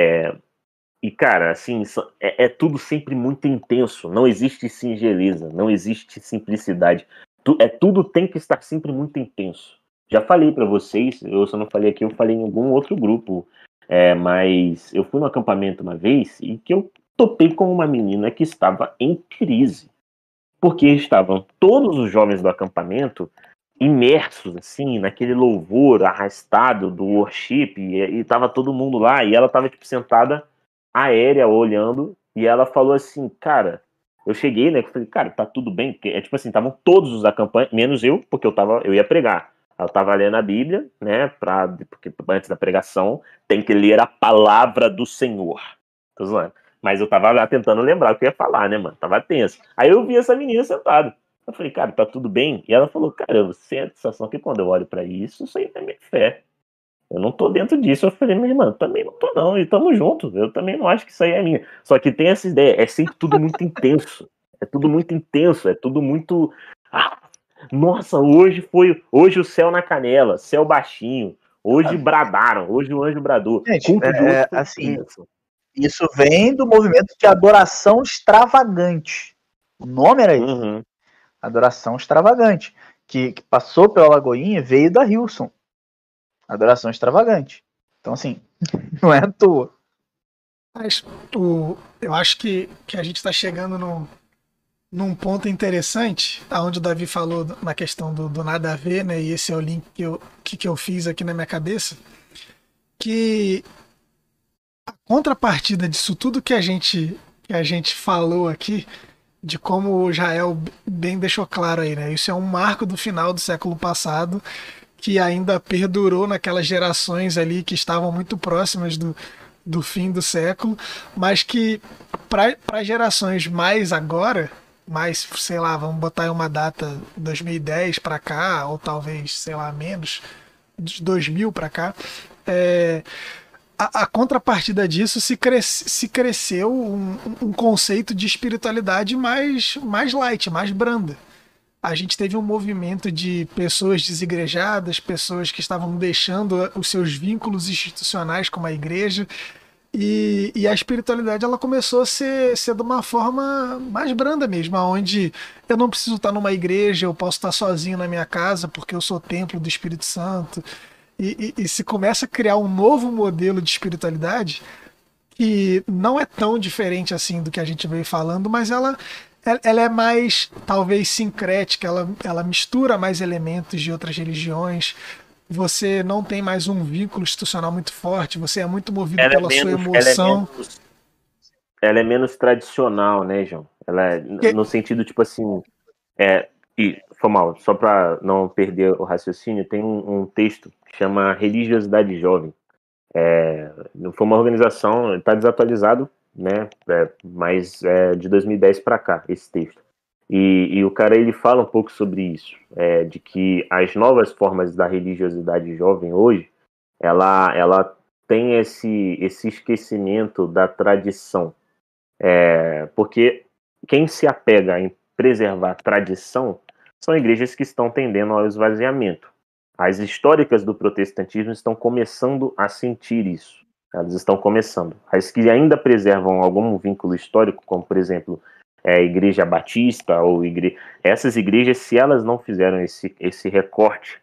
cara, assim, tudo sempre muito intenso. Não existe singeleza, não existe simplicidade. Tudo tem que estar sempre muito intenso. Já falei para vocês, eu só não falei aqui, eu falei em algum outro grupo, mas eu fui no acampamento uma vez e que eu topei com uma menina que estava em crise. Porque estavam todos os jovens do acampamento imersos, assim, naquele louvor arrastado do worship, e tava todo mundo lá, e ela tava, tipo, sentada aérea, olhando, e ela falou assim, cara, eu cheguei, né, eu falei, cara, tá tudo bem, porque tipo assim, estavam todos os acampantes, menos eu, porque eu ia pregar. Eu tava lendo a Bíblia, né, porque antes da pregação tem que ler a palavra do Senhor. Tô zoando. Mas eu tava lá tentando lembrar o que eu ia falar, né, mano? Tava tenso. Aí eu vi essa menina sentada. Eu falei, cara, tá tudo bem? E ela falou, cara, eu sinto a sensação que quando eu olho pra isso aí é minha fé. Eu não tô dentro disso. Eu falei, minha irmã, também não tô não, e tamo junto. Eu também não acho que isso aí é minha. Só que tem essa ideia, é sempre tudo muito intenso. É tudo muito intenso, é tudo muito... nossa, hoje o céu na canela, céu baixinho. Hoje bradaram, hoje o anjo bradou. Gente, Culto de hoje foi assim, intenso. isso vem do movimento de adoração extravagante. O nome era isso. Uhum. Adoração extravagante. Que passou pela Lagoinha, veio da Hilson. Adoração extravagante. Então, assim, não é à toa. Mas eu acho que a gente está chegando num ponto interessante, aonde o Davi falou na questão do nada a ver, né? E esse é o link que eu fiz aqui na minha cabeça, que a contrapartida disso tudo que a gente que a gente falou aqui, de como o Jael bem deixou claro aí, né? Isso é um marco do final do século passado, que ainda perdurou naquelas gerações ali que estavam muito próximas do fim do século, mas que para gerações mais agora, mais, sei lá, vamos botar aí uma data 2010 para cá, ou talvez, sei lá, menos, de 2000 para cá, é, a contrapartida disso se cresceu um conceito de espiritualidade mais light, mais branda. A gente teve um movimento de pessoas desigrejadas, pessoas que estavam deixando os seus vínculos institucionais com a igreja, e a espiritualidade ela começou a ser de uma forma mais branda mesmo, onde eu não preciso estar numa igreja, eu posso estar sozinho na minha casa porque eu sou templo do Espírito Santo. E se começa a criar um novo modelo de espiritualidade que não é tão diferente assim do que a gente veio falando, mas ela é mais, talvez, sincrética, ela mistura mais elementos de outras religiões. Você não tem mais um vínculo institucional muito forte, você é muito movido pela sua emoção. Ela é menos tradicional, né, João? Ela é, no sentido, tipo assim, e foi mal, só para não perder o raciocínio, tem um texto que chama Religiosidade Jovem. Foi uma organização, está desatualizado, né? Mas é de 2010 para cá, esse texto. E o cara ele fala um pouco sobre isso, de que as novas formas da religiosidade jovem hoje, ela tem esse esquecimento da tradição. Porque quem se apega em preservar a tradição são igrejas que estão tendendo ao esvaziamento. As históricas do protestantismo estão começando a sentir isso. Elas estão começando. As que ainda preservam algum vínculo histórico, como, por exemplo, a Igreja Batista, essas igrejas, se elas não fizeram esse recorte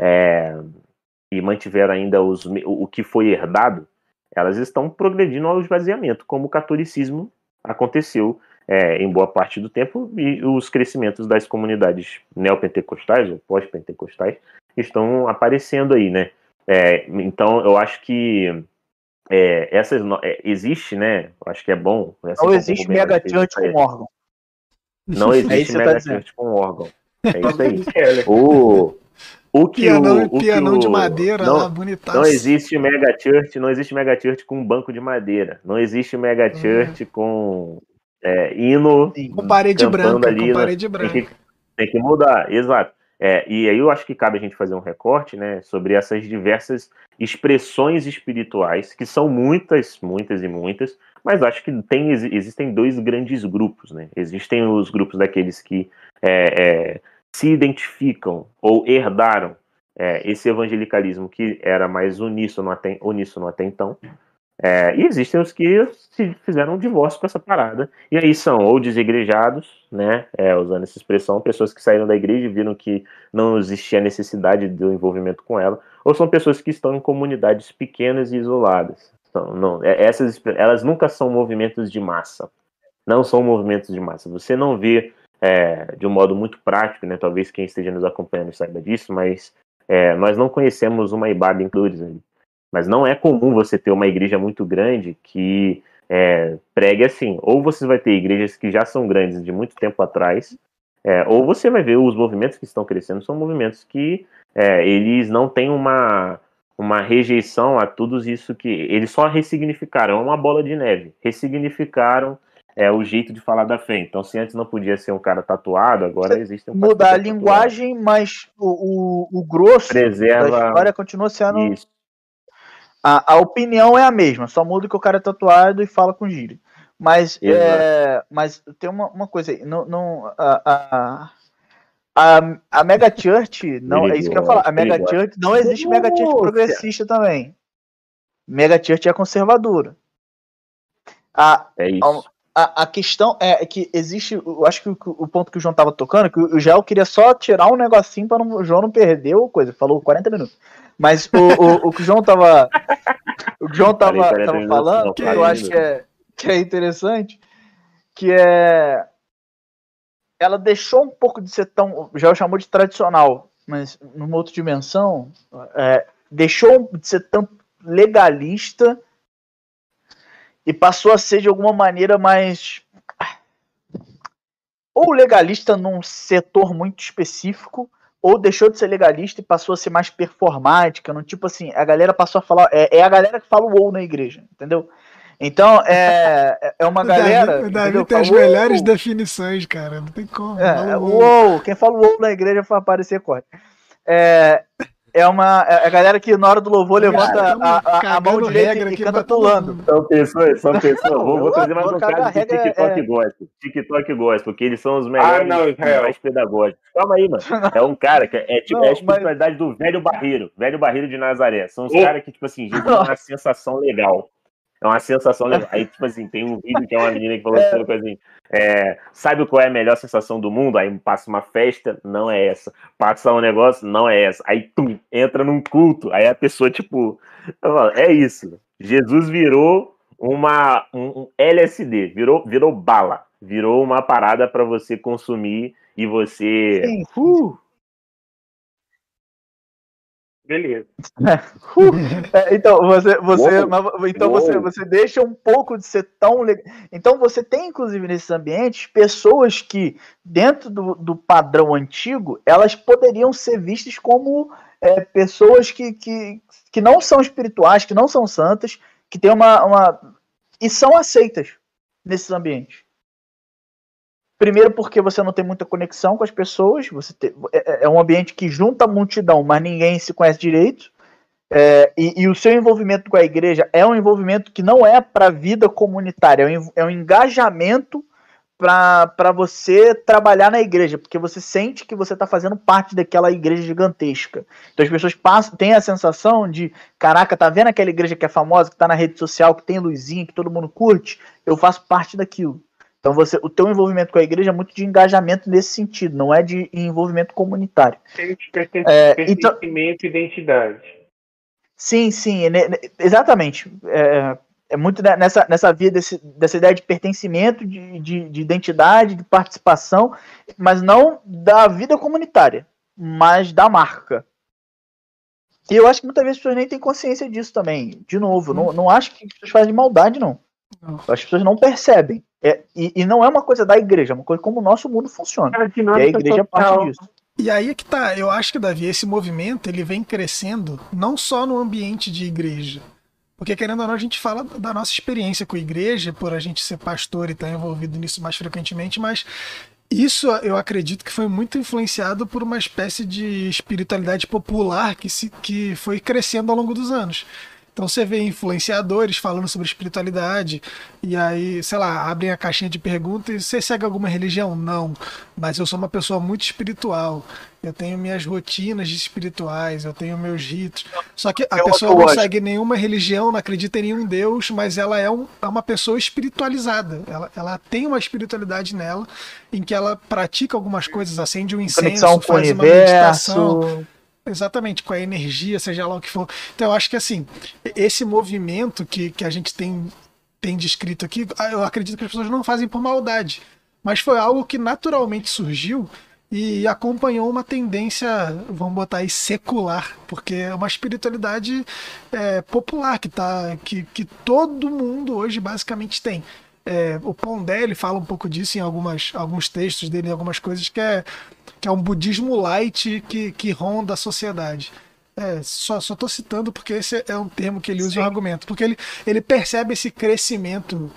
e mantiveram ainda o que foi herdado, elas estão progredindo ao esvaziamento, como o catolicismo aconteceu em boa parte do tempo, e os crescimentos das comunidades neopentecostais ou pós-pentecostais estão aparecendo aí, né? Então, eu acho que existe, né? Eu acho que é bom. Não existe mega church com órgão. Não existe mega church com órgão. É isso aí. Pianão de madeira lá, bonitaço. Não existe mega church com banco de madeira. Não existe mega church com hino com parede branca, ali, com parede branca. Tem que mudar, exato. E aí eu acho que cabe a gente fazer um recorte, né, sobre essas diversas expressões espirituais, que são muitas, muitas e muitas, mas acho que existem dois grandes grupos, né? Existem os grupos daqueles que se identificam ou herdaram esse evangelicalismo que era mais uníssono até então, e existem os que se fizeram um divórcio com essa parada, e aí são ou desigrejados, né, usando essa expressão, pessoas que saíram da igreja e viram que não existia necessidade do envolvimento com ela, ou são pessoas que estão em comunidades pequenas e isoladas. Então, elas nunca são movimentos de massa, não são movimentos de massa. Você não vê de um modo muito prático, né, talvez quem esteja nos acompanhando saiba disso, mas nós não conhecemos uma Ibabe em Lourdes ali. Mas não é comum você ter uma igreja muito grande que pregue assim. Ou você vai ter igrejas que já são grandes de muito tempo atrás, ou você vai ver os movimentos que estão crescendo, são movimentos que eles não têm uma rejeição a tudo isso que... Eles só ressignificaram, é uma bola de neve. Ressignificaram o jeito de falar da fé. Então, se antes não podia ser um cara tatuado, agora existe um cara mudar a linguagem, mas o grosso da história continua sendo... Isso. A opinião é a mesma, só muda que o cara é tatuado e fala com gíria. Mas, mas tem uma coisa aí. A Mega Church, não, é isso que eu ia falar. A Mega Church, não existe Mega Church progressista também. Mega Church é conservadora. A questão é que existe, eu acho que o ponto que o João tava tocando, que o João queria só tirar um negocinho para o João não perder a coisa, falou 40 minutos. Mas o que o João tava falando, que eu acho que é interessante, que ela deixou um pouco de ser tão, já chamou de tradicional, mas numa outra dimensão, deixou de ser tão legalista e passou a ser de alguma maneira mais ou legalista num setor muito específico, ou deixou de ser legalista e passou a ser mais performática, no tipo assim, a galera passou a falar, é a galera que fala o ou na igreja, entendeu? Então, é uma galera... O Davi tem as melhores definições, cara, não tem como. Quem fala o ou na igreja vai aparecer corre. É a galera que na hora do louvor levanta a mão direita e canta pulando. São pessoas. Vou trazer mais um caso de TikTok gospel. TikTok gospel, porque eles são os melhores, mais pedagógicos. Calma aí, mano. É um cara que é a espiritualidade do velho barreiro de Nazaré. São os caras que, tipo assim, Jesus é uma sensação legal. É uma sensação legal. Aí, tipo assim, tem um vídeo que é uma menina que falou assim, coisa assim, sabe qual é a melhor sensação do mundo? Aí passa uma festa, não é essa. Passa um negócio, não é essa. Aí, entra num culto. Aí a pessoa, tipo, é isso. Jesus virou um LSD, virou bala. Virou uma parada pra você consumir e você... Sim. Beleza. Então, você deixa um pouco de ser tão legal. Então, você tem, inclusive, nesses ambientes, pessoas que, dentro do padrão antigo, elas poderiam ser vistas como pessoas que não são espirituais, que não são santas, que têm e são aceitas nesses ambientes. Primeiro porque você não tem muita conexão com as pessoas, é um ambiente que junta a multidão, mas ninguém se conhece direito, e o seu envolvimento com a igreja é um envolvimento que não é para a vida comunitária, é um engajamento para você trabalhar na igreja, porque você sente que você está fazendo parte daquela igreja gigantesca. Então as pessoas têm a sensação de, caraca, tá vendo aquela igreja que é famosa, que está na rede social, que tem luzinha, que todo mundo curte? Eu faço parte daquilo. Então o teu envolvimento com a igreja é muito de engajamento nesse sentido, não é de envolvimento comunitário. Pertencimento e identidade. Sim, exatamente. É muito nessa via dessa ideia de pertencimento, de identidade, de participação, mas não da vida comunitária, mas da marca. E eu acho que muitas vezes as pessoas nem têm consciência disso também. De novo, não acho que as pessoas fazem de maldade, não. As pessoas não percebem. E não é uma coisa da igreja, é uma coisa como o nosso mundo funciona. E a igreja é parte disso. E aí é que tá, eu acho que, Davi, esse movimento ele vem crescendo não só no ambiente de igreja. Porque, querendo ou não, a gente fala da nossa experiência com a igreja, por a gente ser pastor e estar envolvido nisso mais frequentemente, mas isso eu acredito que foi muito influenciado por uma espécie de espiritualidade popular que foi crescendo ao longo dos anos. Então você vê influenciadores falando sobre espiritualidade, e aí, sei lá, abrem a caixinha de perguntas e você segue alguma religião? Não, mas eu sou uma pessoa muito espiritual, eu tenho minhas rotinas espirituais, eu tenho meus ritos. Só que a pessoa não segue nenhuma religião, não acredita em nenhum Deus, mas ela é uma pessoa espiritualizada, ela tem uma espiritualididade nela, em que ela pratica algumas coisas, acende um incenso, faz uma meditação. Exatamente, com a energia, seja lá o que for. Então eu acho que assim, esse movimento que a gente tem descrito aqui, eu acredito que as pessoas não fazem por maldade, mas foi algo que naturalmente surgiu e acompanhou uma tendência, vamos botar aí, secular, porque é uma espiritualidade popular que todo mundo hoje basicamente tem. O Pondé fala um pouco disso em alguns textos dele, em algumas coisas, que é um budismo light que ronda a sociedade. Só estou citando porque esse é um termo que ele usa no argumento, porque ele percebe esse crescimento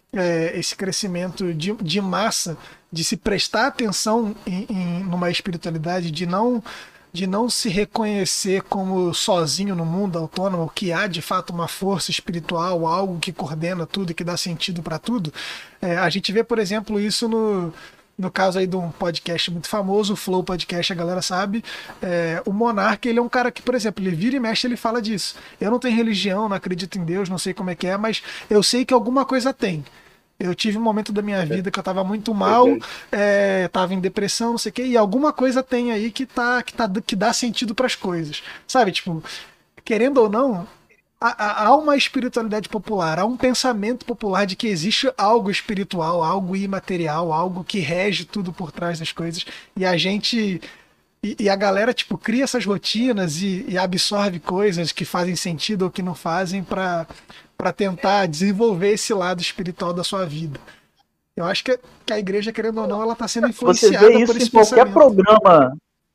de massa, de se prestar atenção numa espiritualidade, de não se reconhecer como sozinho no mundo, autônomo, que há de fato uma força espiritual, algo que coordena tudo e que dá sentido para tudo. A gente vê, por exemplo, isso no caso aí de um podcast muito famoso, o Flow Podcast, a galera sabe. O Monark, ele é um cara que, por exemplo, ele vira e mexe, ele fala disso. Eu não tenho religião, não acredito em Deus, não sei como é que é, mas eu sei que alguma coisa tem. Eu tive um momento da minha vida que eu tava muito mal, tava em depressão, não sei o quê, e alguma coisa tem aí que dá sentido pras coisas. Sabe, tipo, querendo ou não, há uma espiritualidade popular, há um pensamento popular de que existe algo espiritual, algo imaterial, algo que rege tudo por trás das coisas, e a gente E a galera, tipo, cria essas rotinas e absorve coisas que fazem sentido ou que não fazem para tentar desenvolver esse lado espiritual da sua vida. Eu acho que a igreja, querendo ou não, ela está sendo Você influenciada vê por isso esse em qualquer pensamento. programa.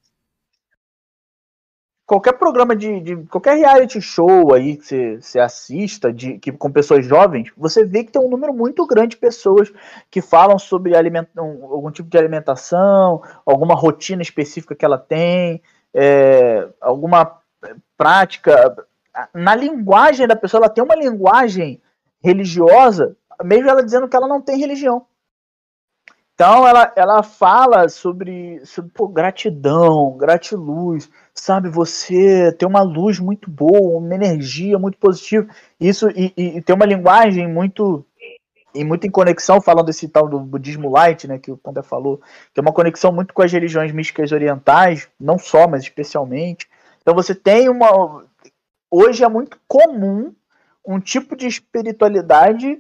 Qualquer programa qualquer reality show aí que você assista com pessoas jovens, você vê que tem um número muito grande de pessoas que falam sobre algum tipo de alimentação, alguma rotina específica que ela tem, alguma prática. Na linguagem da pessoa, ela tem uma linguagem religiosa, mesmo ela dizendo que ela não tem religião. Então ela fala sobre pô, gratidão, gratiluz, sabe? Você tem uma luz muito boa, uma energia muito positiva. Isso e tem uma linguagem muito em conexão, falando desse tal do budismo light, né, que o Panda falou, que é uma conexão muito com as religiões místicas orientais, não só, mas especialmente. Então você tem hoje é muito comum um tipo de espiritualidade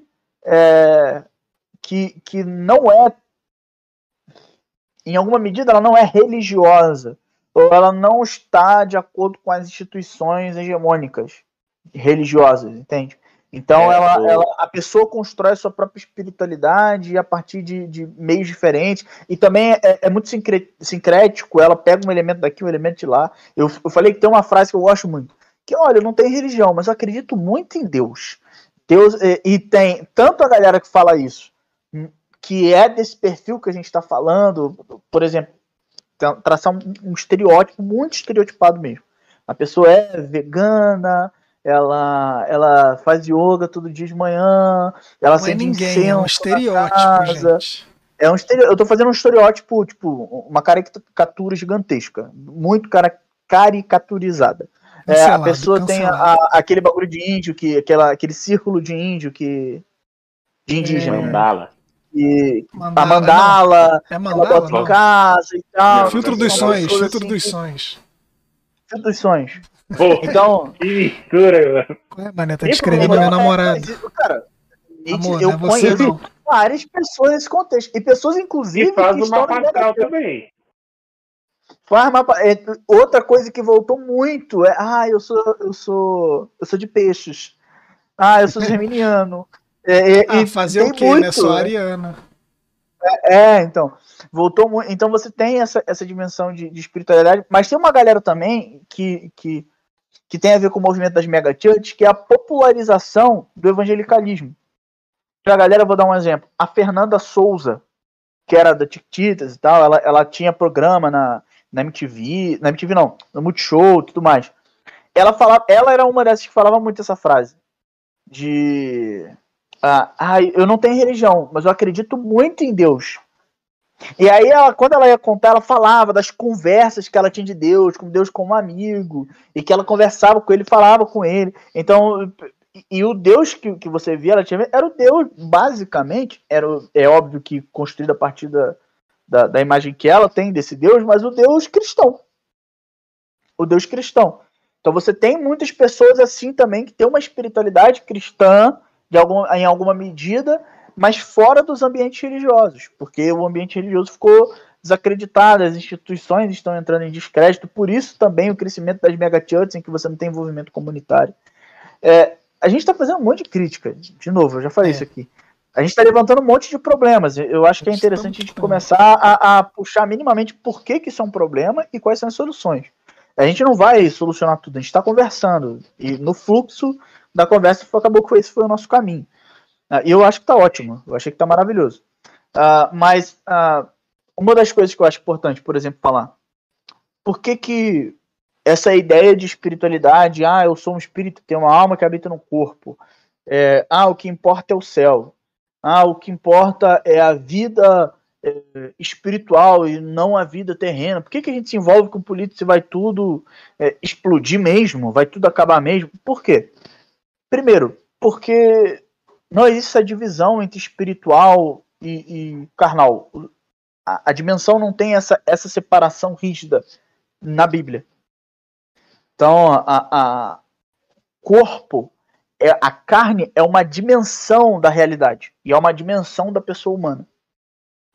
que não é, em alguma medida, ela não é religiosa, ou ela não está de acordo com as instituições hegemônicas religiosas, entende? Então a pessoa constrói a sua própria espiritualidade a partir de meios diferentes, e também é muito sincrético, ela pega um elemento daqui, um elemento de lá. Eu falei que tem uma frase que eu gosto muito, que olha, eu não tenho religião, mas eu acredito muito em Deus. Deus e tem tanto a galera que fala isso, que é desse perfil que a gente está falando, por exemplo, traçar um estereótipo muito estereotipado mesmo. A pessoa é vegana, ela faz yoga todo dia de manhã, ela acende incenso, é um estereótipo, gente. Eu tô fazendo um estereótipo, tipo, uma caricatura gigantesca, muito caricaturizada. A pessoa cancelado. Tem aquele bagulho de índio, aquele círculo de índio de indígena. Mandala. A mandala, ela bota em casa e tal. Filtro dos sonhos, filtro dos sonhos. Filtro dos sonhos. Pô, então. Que mistura, mano. Qual é, mané? Tá descrevendo meu namorado. Cara, amor, eu conheço várias pessoas nesse contexto. E pessoas, inclusive, e faz que uma pascal também. Outra coisa que voltou muito é eu sou de peixes. Eu sou geminiano. Fazer o quê, muito, né? Sou ariana. Então, voltou muito. Então você tem essa dimensão de espiritualidade, mas tem uma galera também que tem a ver com o movimento das megachurches, que é a popularização do evangelicalismo. Pra galera, eu vou dar um exemplo. A Fernanda Souza, que era da Tiquititas e tal, ela tinha programa na MTV, não, no Multishow e tudo mais. Ela era uma dessas que falava muito essa frase eu não tenho religião, mas eu acredito muito em Deus. E aí, quando ela ia contar, ela falava das conversas que ela tinha de Deus, com Deus como amigo, e que ela conversava com ele, falava com ele. Então, e o Deus que você via, ela tinha, era o Deus, basicamente, é óbvio que construído a partir da imagem que ela tem desse Deus, mas o Deus cristão. O Deus cristão. Então você tem muitas pessoas assim também que tem uma espiritualidade cristã, em alguma medida, mas fora dos ambientes religiosos, porque o ambiente religioso ficou desacreditado, as instituições estão entrando em descrédito, por isso também o crescimento das megachurches, em que você não tem envolvimento comunitário. A gente está fazendo um monte de crítica, de novo, eu já falei isso aqui. A gente está levantando um monte de problemas. Eu acho que é interessante a gente começar a puxar minimamente por que isso é um problema e quais são as soluções. A gente não vai solucionar tudo, a gente está conversando, e no fluxo da conversa acabou que esse foi o nosso caminho. E eu acho que tá ótimo, eu achei que tá maravilhoso. Mas uma das coisas que eu acho importante, por exemplo, falar, por que essa ideia de espiritualidade, eu sou um espírito, tenho uma alma que habita no corpo, o que importa é o céu, o que importa é a vida espiritual e não a vida terrena. Por que a gente se envolve com política se vai tudo explodir mesmo, vai tudo acabar mesmo? Por quê? Primeiro, porque não existe essa divisão entre espiritual e carnal. A dimensão não tem essa separação rígida na Bíblia. Então, a corpo, a carne é uma dimensão da realidade e é uma dimensão da pessoa humana.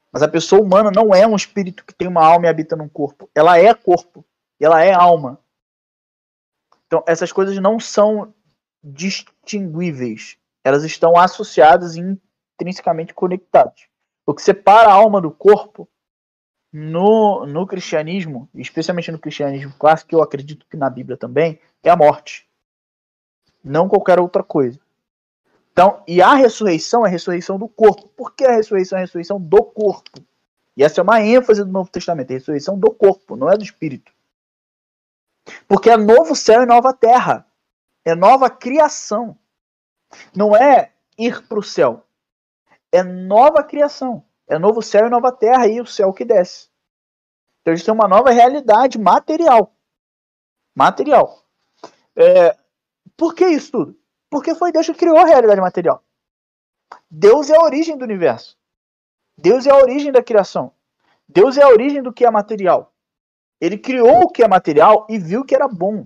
Mas a pessoa humana não é um espírito que tem uma alma e habita num corpo. Ela é corpo. E ela é alma. Então, essas coisas não são distinguíveis. Elas estão associadas e intrinsecamente conectadas. O que separa a alma do corpo no cristianismo, especialmente no cristianismo clássico, que eu acredito que na Bíblia também, é a morte. Não qualquer outra coisa. Então, e a ressurreição é a ressurreição do corpo. Por que a ressurreição é a ressurreição do corpo? E essa é uma ênfase do Novo Testamento, a ressurreição do corpo, não é do espírito. Porque é novo céu e nova terra. É nova criação. Não é ir para o céu. É nova criação. É novo céu e nova terra e o céu que desce. Então a gente tem uma nova realidade material. Material. Por que isso tudo? Porque foi Deus que criou a realidade material. Deus é a origem do universo. Deus é a origem da criação. Deus é a origem do que é material. Ele criou o que é material e viu que era bom.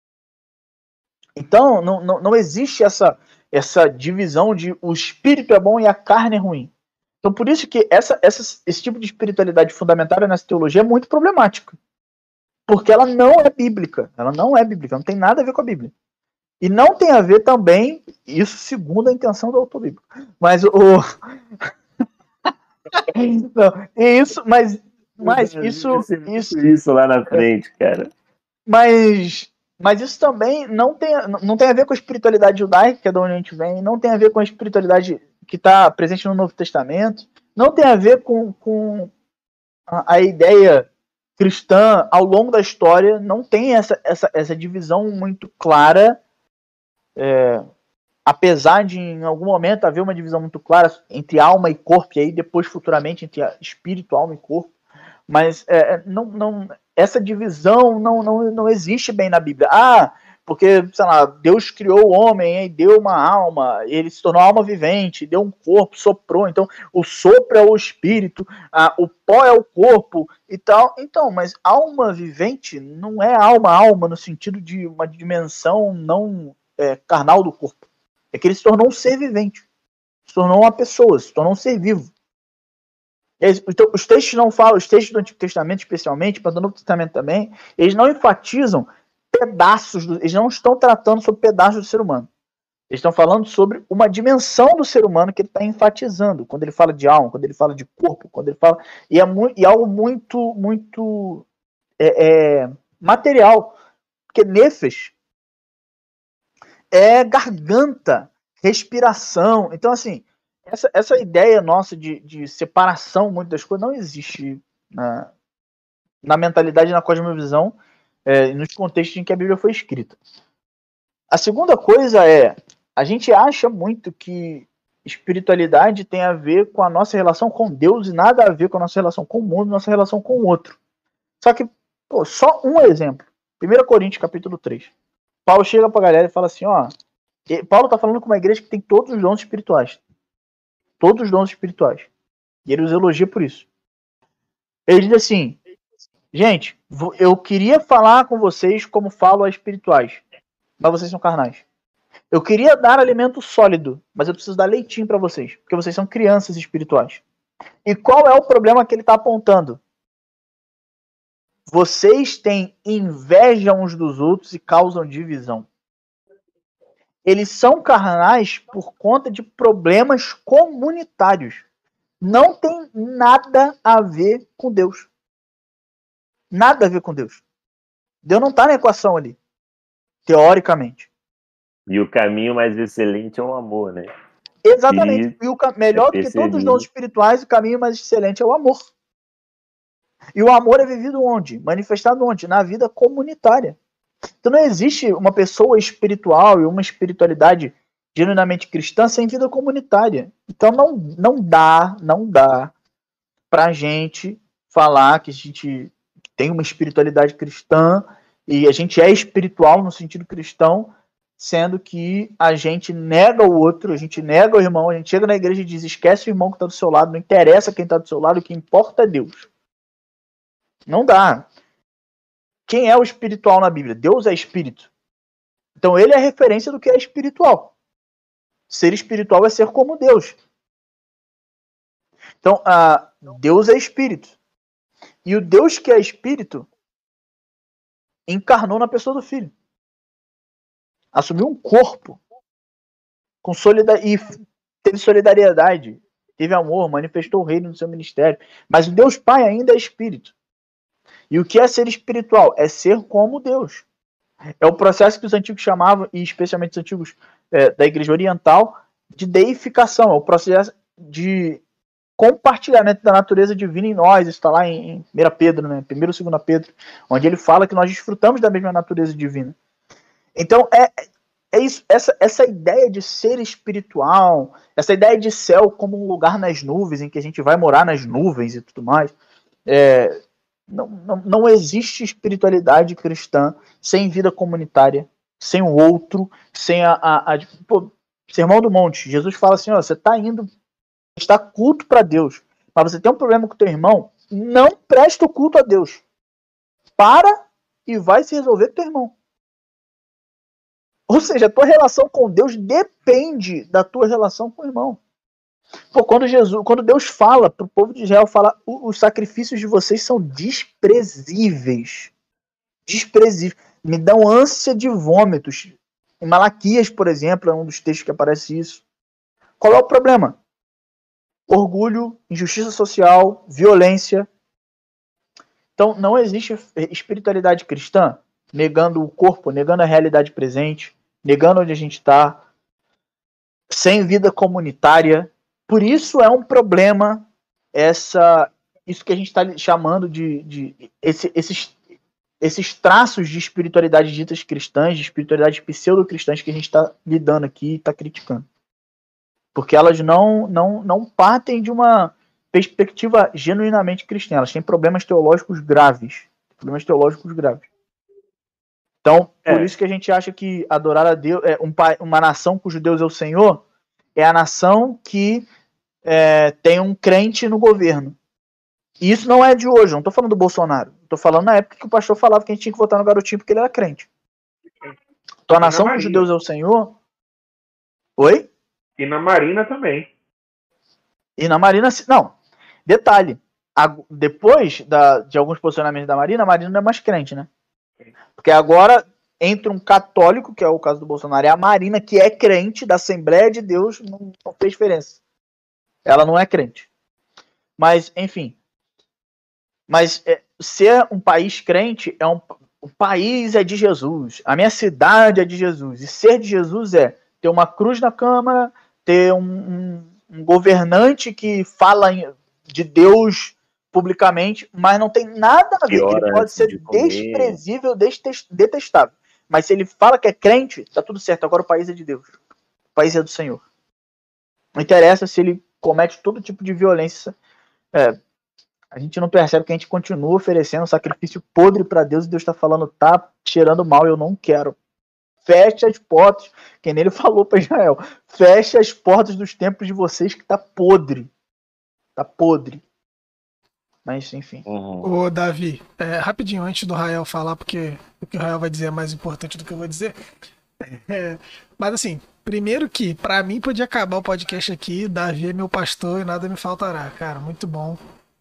Então, não existe essa divisão de o espírito é bom e a carne é ruim. Então, por isso que esse tipo de espiritualidade fundamentada nessa teologia é muito problemática. Porque ela não é bíblica. Ela não é bíblica. Não tem nada a ver com a Bíblia. E não tem a ver também, isso segundo a intenção do autor bíblico. Mas isso lá na frente, cara. Mas isso também não tem a ver com a espiritualidade judaica, que é de onde a gente vem, não tem a ver com a espiritualidade que está presente no Novo Testamento, não tem a ver com a ideia cristã ao longo da história, não tem essa divisão muito clara, apesar de em algum momento haver uma divisão muito clara entre alma e corpo, e aí depois futuramente entre espírito, alma e corpo, mas essa divisão não existe bem na Bíblia. Porque, sei lá, Deus criou o homem e deu uma alma, ele se tornou alma vivente, deu um corpo, soprou, então o sopro é o espírito, o pó é o corpo e tal. Então, mas alma vivente não é alma no sentido de uma dimensão não carnal do corpo. É que ele se tornou um ser vivente, se tornou uma pessoa, se tornou um ser vivo. Então, os textos não falam, os textos do Antigo Testamento, especialmente, para o Novo Testamento também, eles não enfatizam pedaços, eles não estão tratando sobre pedaços do ser humano. Eles estão falando sobre uma dimensão do ser humano que ele está enfatizando, quando ele fala de alma, quando ele fala de corpo, quando ele fala. E é algo muito, muito material. Porque nefes é garganta, respiração. Então, assim, essa ideia nossa de separação muito das coisas não existe na mentalidade, na cosmovisão, nos contextos em que a Bíblia foi escrita. A segunda coisa a gente acha muito que espiritualidade tem a ver com a nossa relação com Deus e nada a ver com a nossa relação com o mundo, nossa relação com o outro. Só que, só um exemplo. 1 Coríntios, capítulo 3. Paulo chega pra galera e fala assim, Paulo tá falando com uma igreja que tem todos os dons espirituais. Todos os dons espirituais. E ele os elogia por isso. Ele diz assim, gente, eu queria falar com vocês como falo a espirituais, mas vocês são carnais. Eu queria dar alimento sólido, mas eu preciso dar leitinho para vocês, porque vocês são crianças espirituais. E qual é o problema que ele está apontando? Vocês têm inveja uns dos outros e causam divisão. Eles são carnais por conta de problemas comunitários. Não tem nada a ver com Deus. Nada a ver com Deus. Deus não está na equação ali, teoricamente. E o caminho mais excelente é o amor, né? Exatamente. E melhor do que todos os dons espirituais, o caminho mais excelente é o amor. E o amor é vivido onde? Manifestado onde? Na vida comunitária. Então não existe uma pessoa espiritual e uma espiritualidade genuinamente cristã sem vida comunitária. Então não dá pra gente falar que a gente tem uma espiritualidade cristã e a gente é espiritual no sentido cristão, sendo que a gente nega o outro, a gente nega o irmão, a gente chega na igreja e diz, esquece o irmão que está do seu lado, não interessa quem está do seu lado, o que importa é Deus. Não dá. Quem é o espiritual na Bíblia? Deus é espírito. Então ele é a referência do que é espiritual. Ser espiritual é ser como Deus. Então, Deus é espírito. E o Deus que é espírito encarnou na pessoa do Filho. Assumiu um corpo e teve solidariedade, teve amor, manifestou o reino no seu ministério. Mas o Deus Pai ainda é espírito. E o que é ser espiritual? É ser como Deus. É o processo que os antigos chamavam, e especialmente os antigos da Igreja Oriental, de deificação. É o processo de compartilhamento da natureza divina em nós. Isso está lá em 1 Pedro, né? 1 e 2 Pedro, onde ele fala que nós desfrutamos da mesma natureza divina. Então, é isso, essa ideia de ser espiritual, essa ideia de céu como um lugar nas nuvens, em que a gente vai morar nas nuvens e tudo mais, não existe espiritualidade cristã sem vida comunitária, sem o outro, sem Sermão do Monte. Jesus fala assim, você está indo prestar culto para Deus, mas você tem um problema com o teu irmão, não presta o culto a Deus. Para e vai se resolver com o teu irmão. Ou seja, a tua relação com Deus depende da tua relação com o irmão. Quando Deus fala para o povo de Israel, os sacrifícios de vocês são desprezíveis. Desprezíveis. Me dão ânsia de vômitos. Em Malaquias, por exemplo, é um dos textos que aparece isso. Qual é o problema? Orgulho, injustiça social, violência. Então, não existe espiritualidade cristã negando o corpo, negando a realidade presente, negando onde a gente está, sem vida comunitária. Por isso é um problema isso que a gente está chamando de esses traços de espiritualidade ditas cristãs, de espiritualidade pseudo-cristãs que a gente está lidando aqui e está criticando. Porque elas não partem de uma perspectiva genuinamente cristã. Elas têm problemas teológicos graves. Então, por isso que a gente acha que adorar a Deus, uma nação cujo Deus é o Senhor, é a nação que tem um crente no governo. E isso não é de hoje, não estou falando do Bolsonaro. Estou falando na época que o pastor falava que a gente tinha que votar no garotinho porque ele era crente. Então a nação cujo Deus é o Senhor... Oi? E na Marina também. E na Marina... Não, detalhe. Depois de alguns posicionamentos da Marina, a Marina não é mais crente, né? Porque agora, entre um católico, que é o caso do Bolsonaro, e a Marina, que é crente da Assembleia de Deus, não fez diferença. Ela não é crente. Mas, enfim. Mas ser um país crente, o país é de Jesus. A minha cidade é de Jesus. E ser de Jesus é ter uma cruz na Câmara, ter um governante que fala de Deus publicamente, mas não tem nada a ver. Ele pode ser desprezível, detestável. Mas se ele fala que é crente, tá tudo certo. Agora o país é de Deus. O país é do Senhor. Não interessa se ele comete todo tipo de violência. A gente não percebe que a gente continua oferecendo um sacrifício podre para Deus e Deus está falando, tá cheirando mal, eu não quero. Feche as portas, que nem ele falou para Israel. Feche as portas dos templos de vocês que tá podre. Tá podre. Mas, enfim. Ô, Davi, rapidinho, antes do Rael falar, porque o que o Rael vai dizer é mais importante do que eu vou dizer. Mas, assim, primeiro que, pra mim, podia acabar o podcast aqui, Davi é meu pastor e nada me faltará. Cara, muito bom.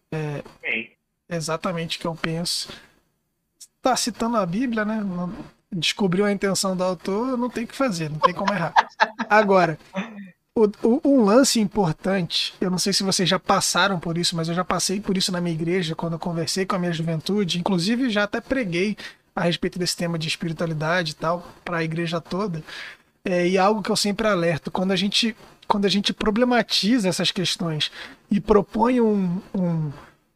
Exatamente o que eu penso. Tá citando a Bíblia, né? Descobriu a intenção do autor, não tem o que fazer, não tem como errar. Agora, um lance importante, eu não sei se vocês já passaram por isso, mas eu já passei por isso na minha igreja, quando eu conversei com a minha juventude, inclusive já até preguei a respeito desse tema de espiritualidade e tal, para a igreja toda, e algo que eu sempre alerto, quando a gente problematiza essas questões e propõe um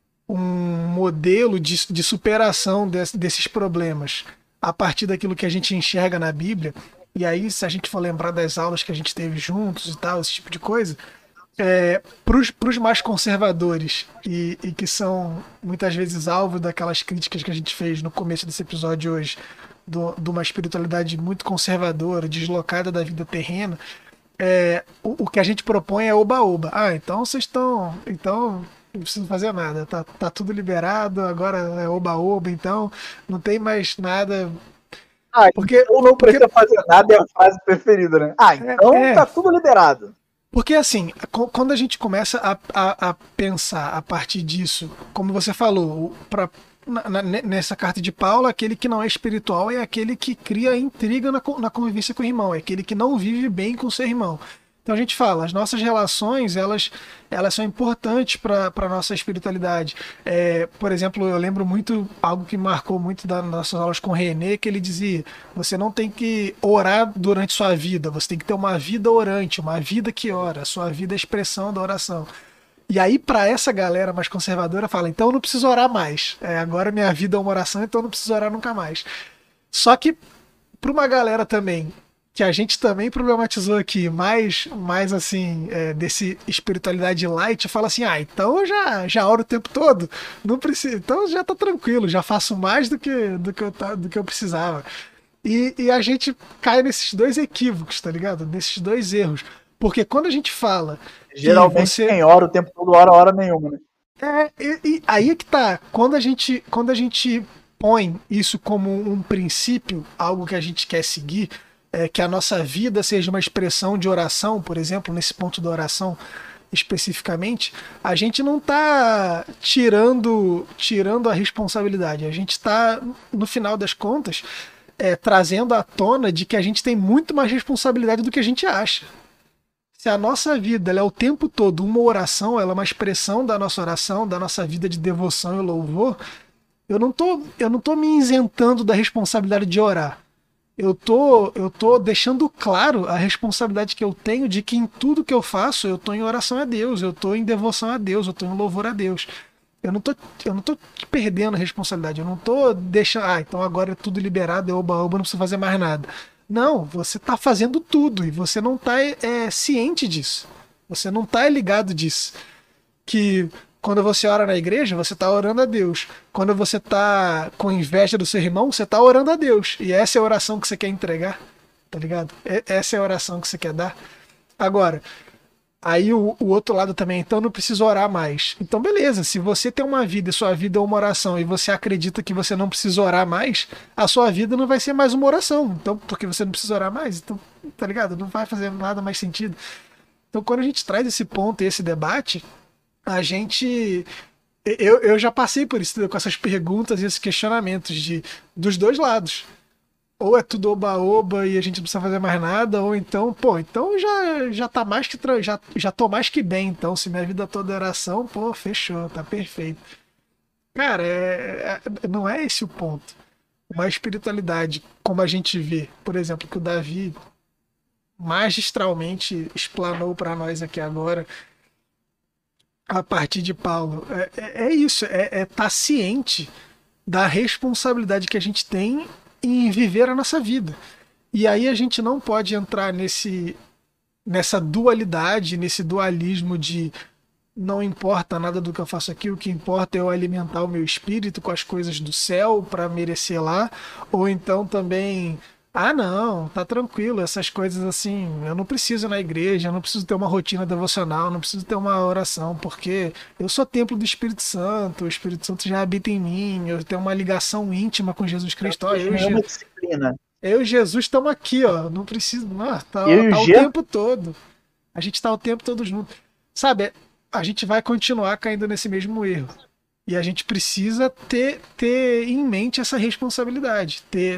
modelo de superação desses problemas a partir daquilo que a gente enxerga na Bíblia, e aí se a gente for lembrar das aulas que a gente teve juntos e tal, esse tipo de coisa, para os mais conservadores e que são muitas vezes alvo daquelas críticas que a gente fez no começo desse episódio hoje, de uma espiritualidade muito conservadora, deslocada da vida terrena, o que a gente propõe é oba-oba. Então vocês estão... Então não preciso fazer nada, tá tudo liberado, agora é oba-oba, então não tem mais nada. Porque não precisa fazer nada é a frase preferida, né? Então tá tudo liberado. Porque assim, quando a gente começa a pensar a partir disso, como você falou, nessa carta de Paulo, aquele que não é espiritual é aquele que cria intriga na convivência com o irmão, é aquele que não vive bem com o seu irmão. Então a gente fala, as nossas relações, elas são importantes para a nossa espiritualidade. Por exemplo, eu lembro muito, algo que marcou muito das nossas aulas com o René, que ele dizia, você não tem que orar durante sua vida, você tem que ter uma vida orante, uma vida que ora, a sua vida é a expressão da oração. E aí, para essa galera mais conservadora, fala, então eu não preciso orar mais. Agora minha vida é uma oração, então eu não preciso orar nunca mais. Só que, para uma galera também que a gente também problematizou aqui, mais assim, desse espiritualidade light, fala assim, então eu já oro o tempo todo, não preciso, então já tá tranquilo, já faço mais do que eu precisava. E a gente cai nesses dois equívocos, tá ligado? Nesses dois erros. Porque quando a gente fala Geralmente você... quem ora o tempo todo, hora nenhuma, né? E aí é que tá, quando a gente põe isso como um princípio, algo que a gente quer seguir, que a nossa vida seja uma expressão de oração, por exemplo, nesse ponto da oração especificamente, a gente não está tirando a responsabilidade. A gente está, no final das contas, trazendo à tona de que a gente tem muito mais responsabilidade do que a gente acha. Se a nossa vida ela é o tempo todo uma oração, ela é uma expressão da nossa oração, da nossa vida de devoção e louvor, eu não tô me isentando da responsabilidade de orar. Eu tô deixando claro a responsabilidade que eu tenho de que em tudo que eu faço, eu tô em oração a Deus, eu tô em devoção a Deus, eu tô em louvor a Deus. Eu não tô perdendo a responsabilidade, eu não tô deixando, então agora é tudo liberado, é oba-oba, não preciso fazer mais nada. Não, você tá fazendo tudo e você não tá ciente disso. Você não tá ligado disso. Que quando você ora na igreja, você está orando a Deus. Quando você está com inveja do seu irmão, você está orando a Deus. E essa é a oração que você quer entregar, tá ligado? Essa é a oração que você quer dar. Agora, aí o outro lado também, então não precisa orar mais. Então beleza, se você tem uma vida e sua vida é uma oração e você acredita que você não precisa orar mais, a sua vida não vai ser mais uma oração. Então, porque você não precisa orar mais, então, tá ligado? Não vai fazer nada mais sentido. Então quando a gente traz esse ponto e esse debate, a gente. Eu já passei por isso, com essas perguntas e esses questionamentos dos dois lados. Ou é tudo oba-oba e a gente não precisa fazer mais nada, ou então, então já tá mais que já tô mais que bem, então, se minha vida toda é oração, fechou, tá perfeito. Cara, não é esse o ponto. Uma espiritualidade, como a gente vê, por exemplo, que o Davi magistralmente explanou para nós aqui agora, a partir de Paulo, é isso, estar ciente da responsabilidade que a gente tem em viver a nossa vida. E aí a gente não pode entrar nessa dualidade, nesse dualismo de não importa nada do que eu faço aqui, o que importa é eu alimentar o meu espírito com as coisas do céu para merecer lá, ou então também não, tá tranquilo, essas coisas assim, eu não preciso ir na igreja, eu não preciso ter uma rotina devocional, eu não preciso ter uma oração, porque eu sou templo do Espírito Santo, o Espírito Santo já habita em mim, eu tenho uma ligação íntima com Jesus Cristo. É uma disciplina. Eu e Jesus estamos aqui, ó, não preciso, tá o G? tempo todo. A gente tá o tempo todo junto. Sabe, a gente vai continuar caindo nesse mesmo erro. E a gente precisa ter em mente essa responsabilidade, ter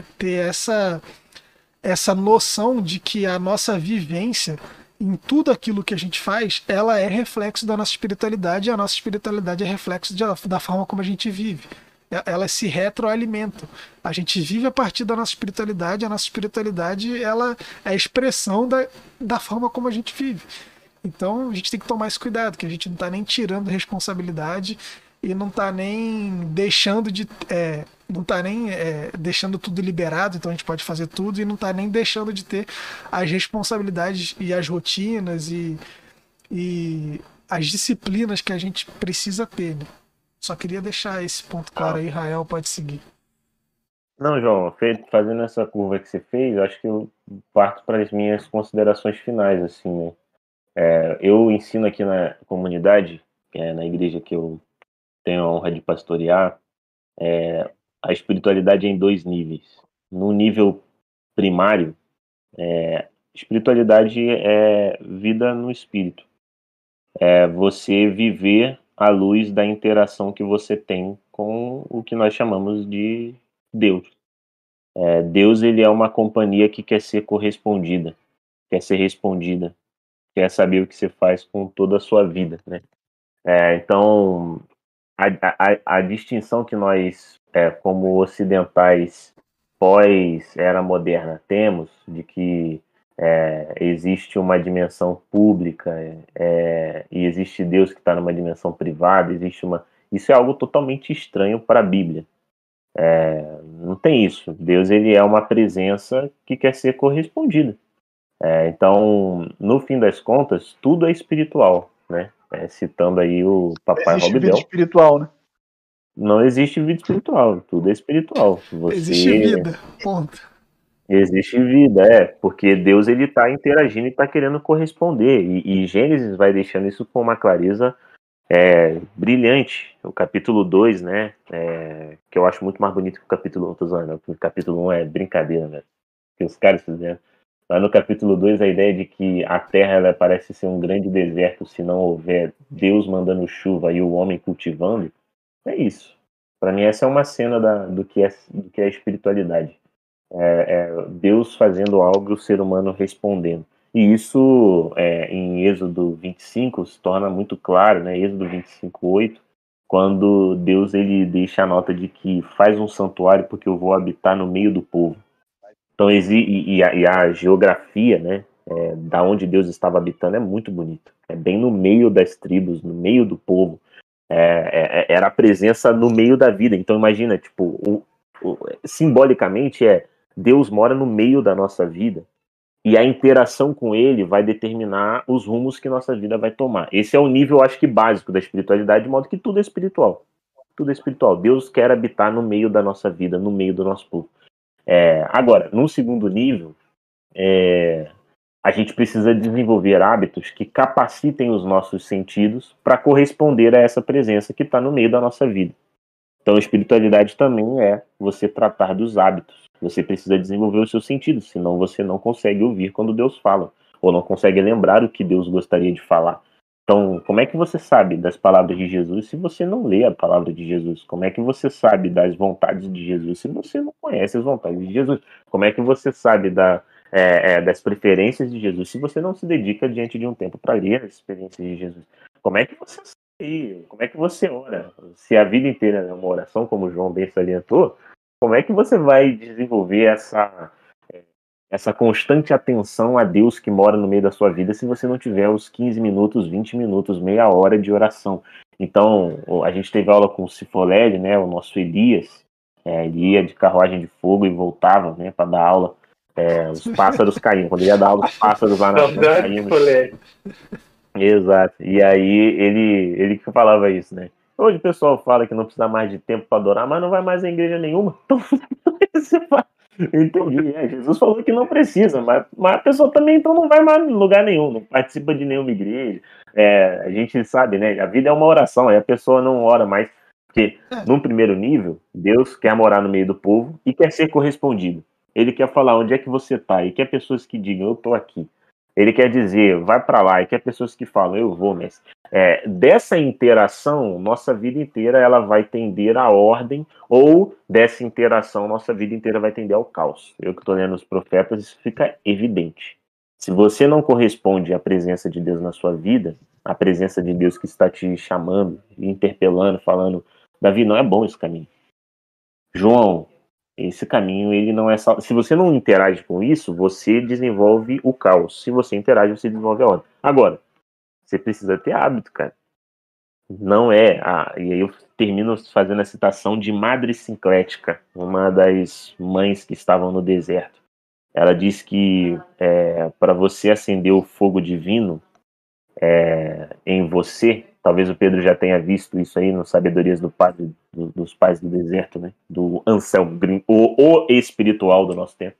essa noção de que a nossa vivência em tudo aquilo que a gente faz, ela é reflexo da nossa espiritualidade e a nossa espiritualidade é reflexo da forma como a gente vive. Elas se retroalimentam. A gente vive a partir da nossa espiritualidade, a nossa espiritualidade ela é a expressão da forma como a gente vive. Então a gente tem que tomar esse cuidado, que a gente não está nem tirando responsabilidade e não está nem deixando não está nem deixando tudo liberado, então a gente pode fazer tudo, e não está nem deixando de ter as responsabilidades e as rotinas e as disciplinas que a gente precisa ter, né? Só queria deixar esse ponto claro aí, Rael, pode seguir. Não, João, fazendo essa curva que você fez, acho que eu parto para as minhas considerações finais, assim, né? Eu ensino aqui na comunidade, na igreja que eu tenho a honra de pastorear, a espiritualidade é em 2 níveis. No nível primário, Espiritualidade é vida no espírito. É você viver à luz da interação que você tem com o que nós chamamos de Deus. Deus, ele é uma companhia que quer ser correspondida, quer ser respondida, quer saber o que você faz com toda a sua vida, né? Então, a distinção que nós, como ocidentais pós-era moderna, temos de que existe uma dimensão pública e existe Deus que está numa dimensão privada, isso é algo totalmente estranho para a Bíblia. Não tem isso. Deus, ele é uma presença que quer ser correspondida. Então, no fim das contas, tudo é espiritual, né? Citando aí o papai Existe Rob vida Bell. espiritual, né? Não existe vida espiritual, tudo é espiritual. Existe vida, ponto. Existe vida, porque Deus, ele está interagindo e está querendo corresponder. E Gênesis vai deixando isso com uma clareza brilhante. O capítulo 2, né? Que eu acho muito mais bonito que o capítulo 1, tô zoando, o capítulo 1 é brincadeira, né? Que os caras fizeram. Mas no capítulo 2, a ideia de que a terra ela parece ser um grande deserto se não houver Deus mandando chuva e o homem cultivando, é isso. Para mim, essa é uma cena do que é a espiritualidade. Deus fazendo algo e o ser humano respondendo. E isso, em Êxodo 25, se torna muito claro, né? Êxodo 25:8, quando Deus, ele deixa a nota de que faz um santuário porque eu vou habitar no meio do povo. Então, a geografia, né, da onde Deus estava habitando é muito bonita. É bem no meio das tribos, no meio do povo. Era a presença no meio da vida. Então, imagina, tipo, simbolicamente Deus mora no meio da nossa vida e a interação com ele vai determinar os rumos que nossa vida vai tomar. Esse é o nível, acho que, básico da espiritualidade, de modo que tudo é espiritual. Tudo é espiritual. Deus quer habitar no meio da nossa vida, no meio do nosso povo. Agora, num segundo nível, a gente precisa desenvolver hábitos que capacitem os nossos sentidos para corresponder a essa presença que está no meio da nossa vida. Então, a espiritualidade também é você tratar dos hábitos. Você precisa desenvolver os seus sentidos, senão você não consegue ouvir quando Deus fala, ou não consegue lembrar o que Deus gostaria de falar. Então, como é que você sabe das palavras de Jesus se você não lê a palavra de Jesus? Como é que você sabe das vontades de Jesus se você não conhece as vontades de Jesus? Como é que você sabe das preferências de Jesus se você não se dedica diante de um tempo para ler as experiências de Jesus? Como é que você sabe? Como é que você ora? Se a vida inteira é uma oração, como o João bem salientou, como é que você vai desenvolver essa constante atenção a Deus que mora no meio da sua vida se você não tiver os 15 minutos, 20 minutos, meia hora de oração? Então, a gente teve aula com o Cifolelli, né, o nosso Elias, ele ia de carruagem de fogo e voltava, né, para dar aula. Os pássaros caíam. Quando ele ia dar aula, os pássaros lá na frente caíam. Exato. E aí ele que falava isso, né? Hoje o pessoal fala que não precisa mais de tempo para adorar, mas não vai mais à igreja nenhuma. Então, entendi. Jesus falou que não precisa, mas a pessoa também então não vai mais em lugar nenhum, não participa de nenhuma igreja. A gente sabe, né? A vida é uma oração, aí a pessoa não ora mais. Porque, num primeiro nível, Deus quer morar no meio do povo e quer ser correspondido. Ele quer falar onde é que você está e quer pessoas que digam, eu estou aqui. Ele quer dizer, vai para lá, e quer pessoas que falam, eu vou, mestre. Dessa interação, nossa vida inteira ela vai tender à ordem, ou dessa interação, nossa vida inteira vai tender ao caos. Eu que estou lendo os profetas, isso fica evidente. Se você não corresponde à presença de Deus na sua vida, a presença de Deus que está te chamando, interpelando, falando, Davi, não é bom esse caminho. João, esse caminho, ele não é só... Se você não interage com isso, você desenvolve o caos. Se você interage, você desenvolve a ordem. Agora, você precisa ter hábito, cara. Não é... E aí eu termino fazendo a citação de Madre Sinclética, uma das mães que estavam no deserto. Ela diz que para você acender o fogo divino em você, talvez o Pedro já tenha visto isso aí no Sabedorias dos Pais do Deserto, né? Do Anselmo Green, o espiritual do nosso tempo.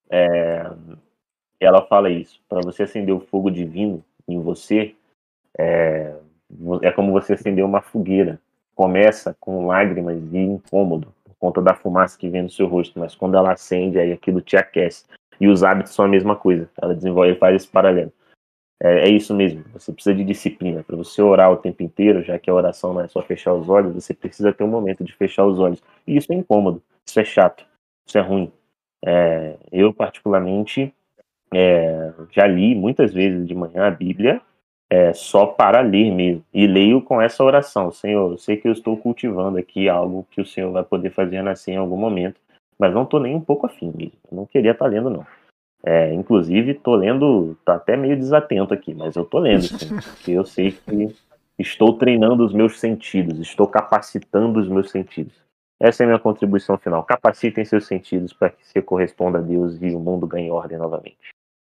Ela fala isso. Para você acender o fogo divino em você, é como você acender uma fogueira. Começa com lágrimas e incômodo, por conta da fumaça que vem no seu rosto, mas quando ela acende, aí aquilo te aquece. E os hábitos são a mesma coisa. Ela desenvolve, faz esse paralelo. É isso mesmo. Você precisa de disciplina. Para você orar o tempo inteiro, já que a oração não é só fechar os olhos, você precisa ter um momento de fechar os olhos. E isso é incômodo, isso é chato, isso é ruim. Eu, particularmente, já li muitas vezes de manhã a Bíblia, só para ler mesmo. E leio com essa oração: Senhor, eu sei que eu estou cultivando aqui algo que o Senhor vai poder fazer nascer em algum momento, mas não estou nem um pouco afim mesmo. Eu não queria estar lendo, não. Inclusive, tô lendo, tá até meio desatento aqui, mas eu tô lendo, sim, porque eu sei que estou treinando os meus sentidos, estou capacitando os meus sentidos. Essa é a minha contribuição final. Capacitem seus sentidos para que você corresponda a Deus e o mundo ganhe ordem novamente.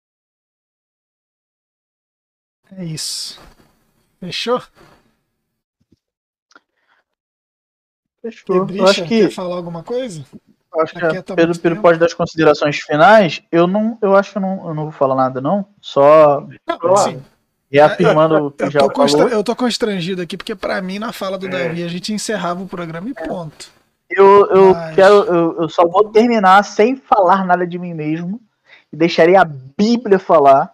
É isso. Fechou? Fechou. Eu Pedricha, acho que quer falar alguma coisa? Tá Aquieta Pedro, muito Pedro tempo. pode dar as considerações finais. Eu acho que eu não vou falar nada, não. Só Não, sim. reafirmando o que já falou. Eu tô constrangido aqui, porque pra mim, na fala do Davi, a gente encerrava o programa e ponto. Eu só vou terminar sem falar nada de mim mesmo. E deixaria a Bíblia falar.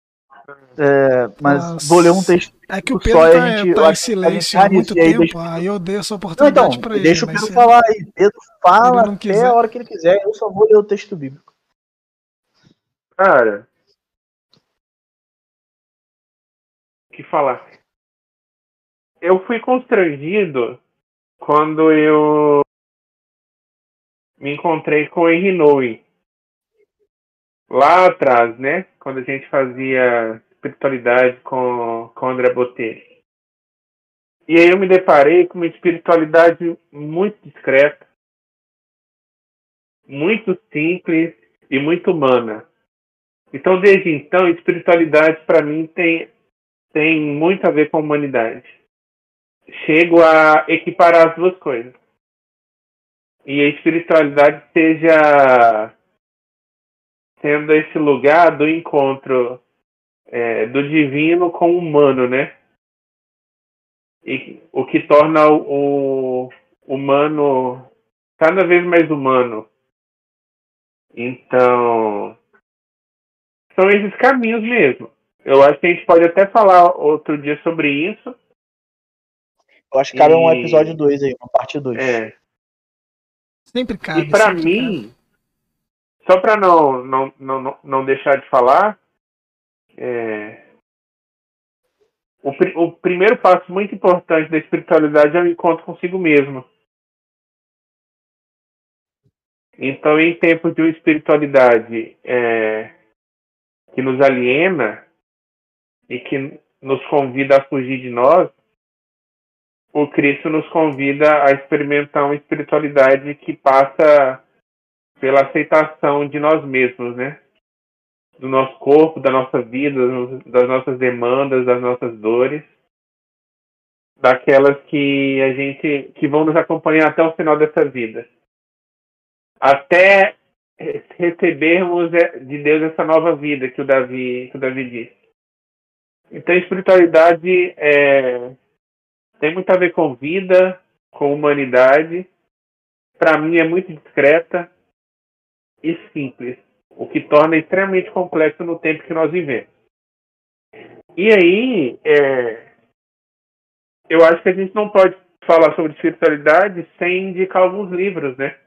Mas vou ler um texto. É que o só Pedro tá em silêncio há muito tempo, aí eu dei essa oportunidade pra ele. Deixa o Pedro falar aí. Pedro fala não até quiser. a hora que ele quiser. Eu só vou ler o texto bíblico. Cara, o que falar? Eu fui constrangido quando eu me encontrei com o Henry Nouwen. Lá atrás, né? Quando a gente fazia espiritualidade com o André Botelho. E aí eu me deparei com uma espiritualidade muito discreta, muito simples e muito humana. Então, desde então, espiritualidade para mim tem muito a ver com a humanidade. Chego a equiparar as duas coisas. E a espiritualidade seja sendo esse lugar do encontro do divino com o humano, né? E o que torna o humano cada vez mais humano. Então, são esses caminhos mesmo. Eu acho que a gente pode até falar outro dia sobre isso. Eu acho que cabe um episódio 2 aí, uma parte 2. Sempre cabe. E pra mim, só pra não deixar de falar, o primeiro passo muito importante da espiritualidade é o encontro consigo mesmo. Então, em tempos de uma espiritualidade que nos aliena e que nos convida a fugir de nós, o Cristo nos convida a experimentar uma espiritualidade que passa pela aceitação de nós mesmos, né? Do nosso corpo, da nossa vida, das nossas demandas, das nossas dores, daquelas que vão nos acompanhar até o final dessa vida, até recebermos de Deus essa nova vida que o Davi disse. Então, a espiritualidade tem muito a ver com vida, com humanidade. Para mim, é muito discreta e simples, o que torna extremamente complexo no tempo que nós vivemos. E aí, eu acho que a gente não pode falar sobre espiritualidade sem indicar alguns livros, né?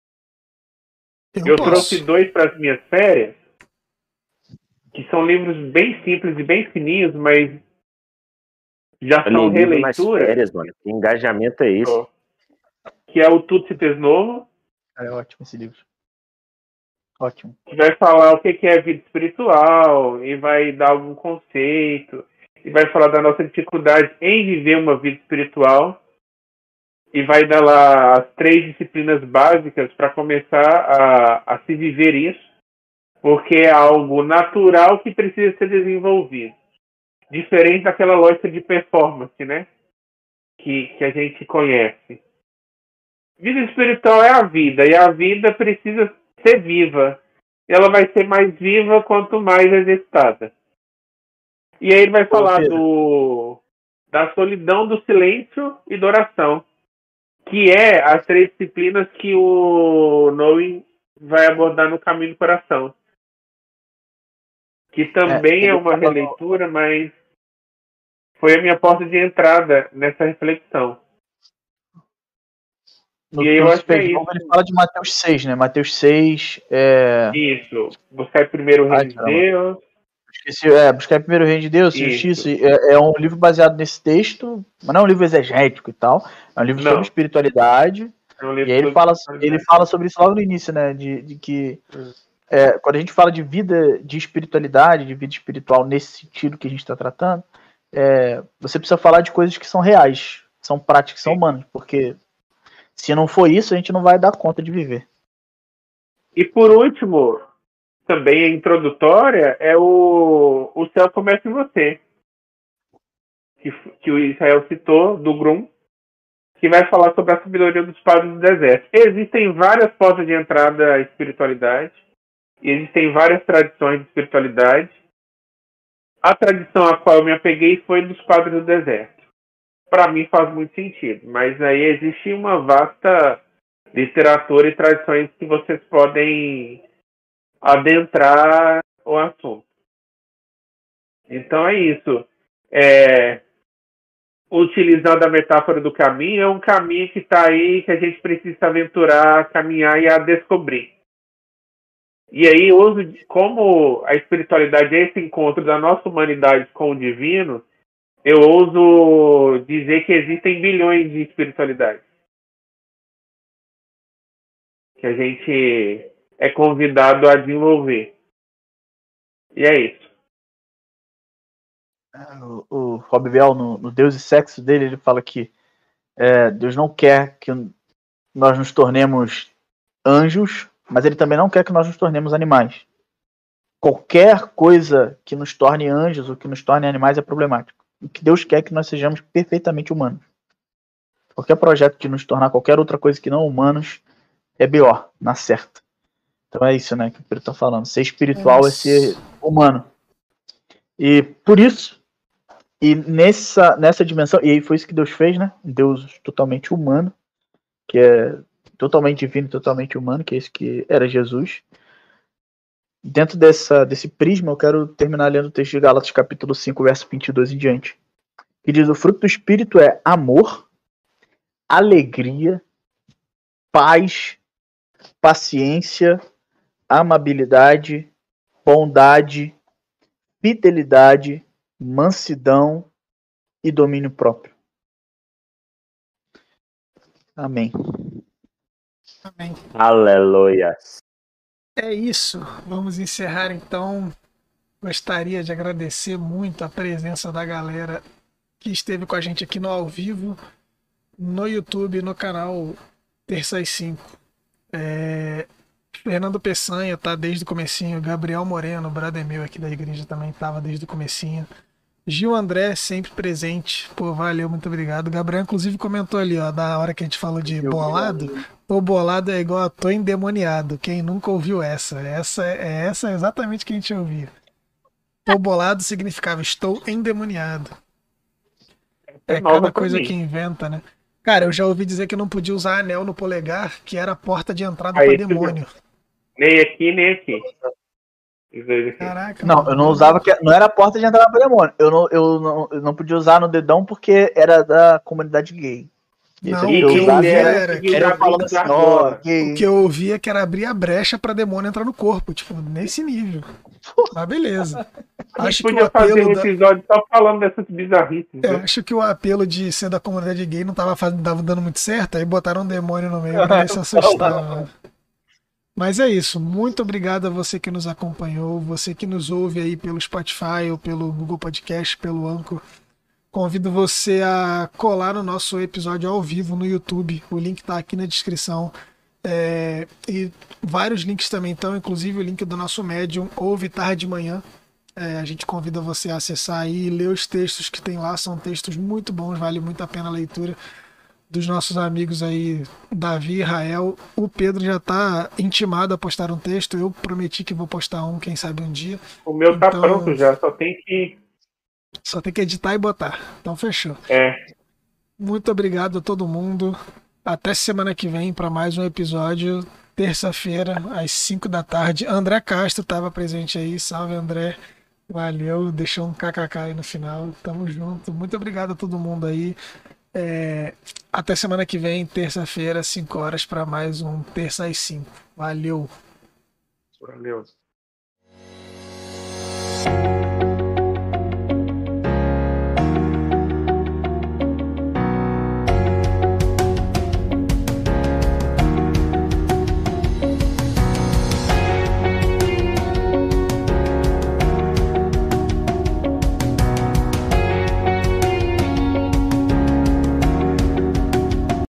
Eu trouxe 2 para as minhas férias, que são livros bem simples e bem fininhos, mas já são releituras. Férias, mano. Que engajamento é esse? Que é o Tudo Se Fez Novo. É ótimo esse livro. Ótimo. Que vai falar o que é vida espiritual e vai dar algum conceito e vai falar da nossa dificuldade em viver uma vida espiritual e vai dar lá as 3 disciplinas básicas para começar a se viver isso, porque é algo natural que precisa ser desenvolvido. Diferente daquela lógica de performance, né? Que a gente conhece. Vida espiritual é a vida, e a vida precisa ser viva. Ela vai ser mais viva quanto mais exercitada. E aí ele vai falar da solidão, do silêncio e da oração, que é as 3 disciplinas que o Nouwen vai abordar no Caminho do Coração. que também é uma releitura, mas foi a minha porta de entrada nessa reflexão. No E aí eu acho que é Space isso. Novo ele fala de Mateus 6, né? Mateus 6 Isso. Buscar primeiro o reino de caramba. Deus. Esqueci, buscar primeiro o reino de Deus, Isso. justiça. É um livro baseado nesse texto, mas não é um livro exegético e tal. É um livro sobre espiritualidade. É um livro E aí ele fala sobre isso logo no início, né? De que quando a gente fala de vida, de espiritualidade, de vida espiritual nesse sentido que a gente está tratando, você precisa falar de coisas que são reais, que são práticas, que são humanas, porque se não for isso, a gente não vai dar conta de viver. E por último, também a introdutória, é o Céu Começa em Você, que o Israel citou, do Grum, que vai falar sobre a sabedoria dos padres do deserto. Existem várias portas de entrada à espiritualidade, existem várias tradições de espiritualidade. A tradição a qual eu me apeguei foi dos padres do deserto. Para mim faz muito sentido, mas aí existe uma vasta literatura e tradições que vocês podem adentrar o assunto. Então é isso. Utilizando a metáfora do caminho, é um caminho que está aí, que a gente precisa aventurar, caminhar e a descobrir. E aí, como a espiritualidade é esse encontro da nossa humanidade com o divino, eu ouso dizer que existem bilhões de espiritualidades. Que a gente é convidado a desenvolver. E é isso. O Rob Bell, no Deus e Sexo dele, ele fala que Deus não quer que nós nos tornemos anjos, mas ele também não quer que nós nos tornemos animais. Qualquer coisa que nos torne anjos ou que nos torne animais é problemático. O que Deus quer é que nós sejamos perfeitamente humanos. Qualquer projeto de nos tornar qualquer outra coisa que não humanos é B.O., na certa. Então é isso, né, que o Pedro está falando. Ser espiritual é ser humano. E por isso, e nessa dimensão, e aí foi isso que Deus fez, né? Um Deus totalmente humano, que é totalmente divino, totalmente humano, que é isso que era Jesus. Dentro desse prisma, eu quero terminar lendo o texto de Gálatas, capítulo 5, verso 22 em diante. Que diz: o fruto do Espírito é amor, alegria, paz, paciência, amabilidade, bondade, fidelidade, mansidão e domínio próprio. Amém. Amém. Aleluia. É isso. Vamos encerrar então. Gostaria de agradecer muito a presença da galera que esteve com a gente aqui no ao vivo, no YouTube, no canal Terça às 5. Fernando Peçanha tá desde o comecinho, Gabriel Moreno, brother meu aqui da igreja, também tava desde o comecinho. Gil André, sempre presente. Pô, valeu, muito obrigado. Gabriel, inclusive, comentou ali, ó, na hora que a gente falou de bolado. Tô bolado é igual a tô endemoniado. Quem nunca ouviu essa? Essa é exatamente que a gente ouvia. Tô bolado significava estou endemoniado. É cada coisa que inventa, né? Cara, eu já ouvi dizer que não podia usar anel no polegar, que era a porta de entrada para demônio. Nem aqui, nem aqui. Caraca, não, eu não usava, não era a porta de entrada para demônio. Eu não podia usar no dedão porque era da comunidade gay. Não, o que eu ouvia era o que eu ouvia que era abrir a brecha para demônio entrar no corpo, tipo, nesse nível. Mas beleza. Acho que o apelo fazer um episódio só falando dessas bizarrices. Eu acho que o apelo de ser da comunidade gay não tava dando muito certo, aí botaram um demônio no meio pra ver se assustava. Mas é isso. Muito obrigado a você que nos acompanhou, você que nos ouve aí pelo Spotify ou pelo Google Podcast, pelo Anchor. Convido você a colar no nosso episódio ao vivo no YouTube. O link tá aqui na descrição. E vários links também estão, inclusive o link do nosso Medium, Ouve Tarde de Manhã. A gente convida você a acessar aí e ler os textos que tem lá. São textos muito bons, vale muito a pena a leitura. Dos nossos amigos aí, Davi e Rael. O Pedro já tá intimado a postar um texto. Eu prometi que vou postar um, quem sabe um dia. O meu tá pronto já, só tem que editar e botar. Então fechou. Muito obrigado a todo mundo. Até semana que vem para mais um episódio. Terça-feira, às 5 da tarde. André Castro estava presente aí. Salve, André. Valeu, deixou um kkk aí no final. Tamo junto. Muito obrigado a todo mundo aí. Até semana que vem, terça-feira, 5 horas, para mais um Terça às 5. Valeu. Valeu.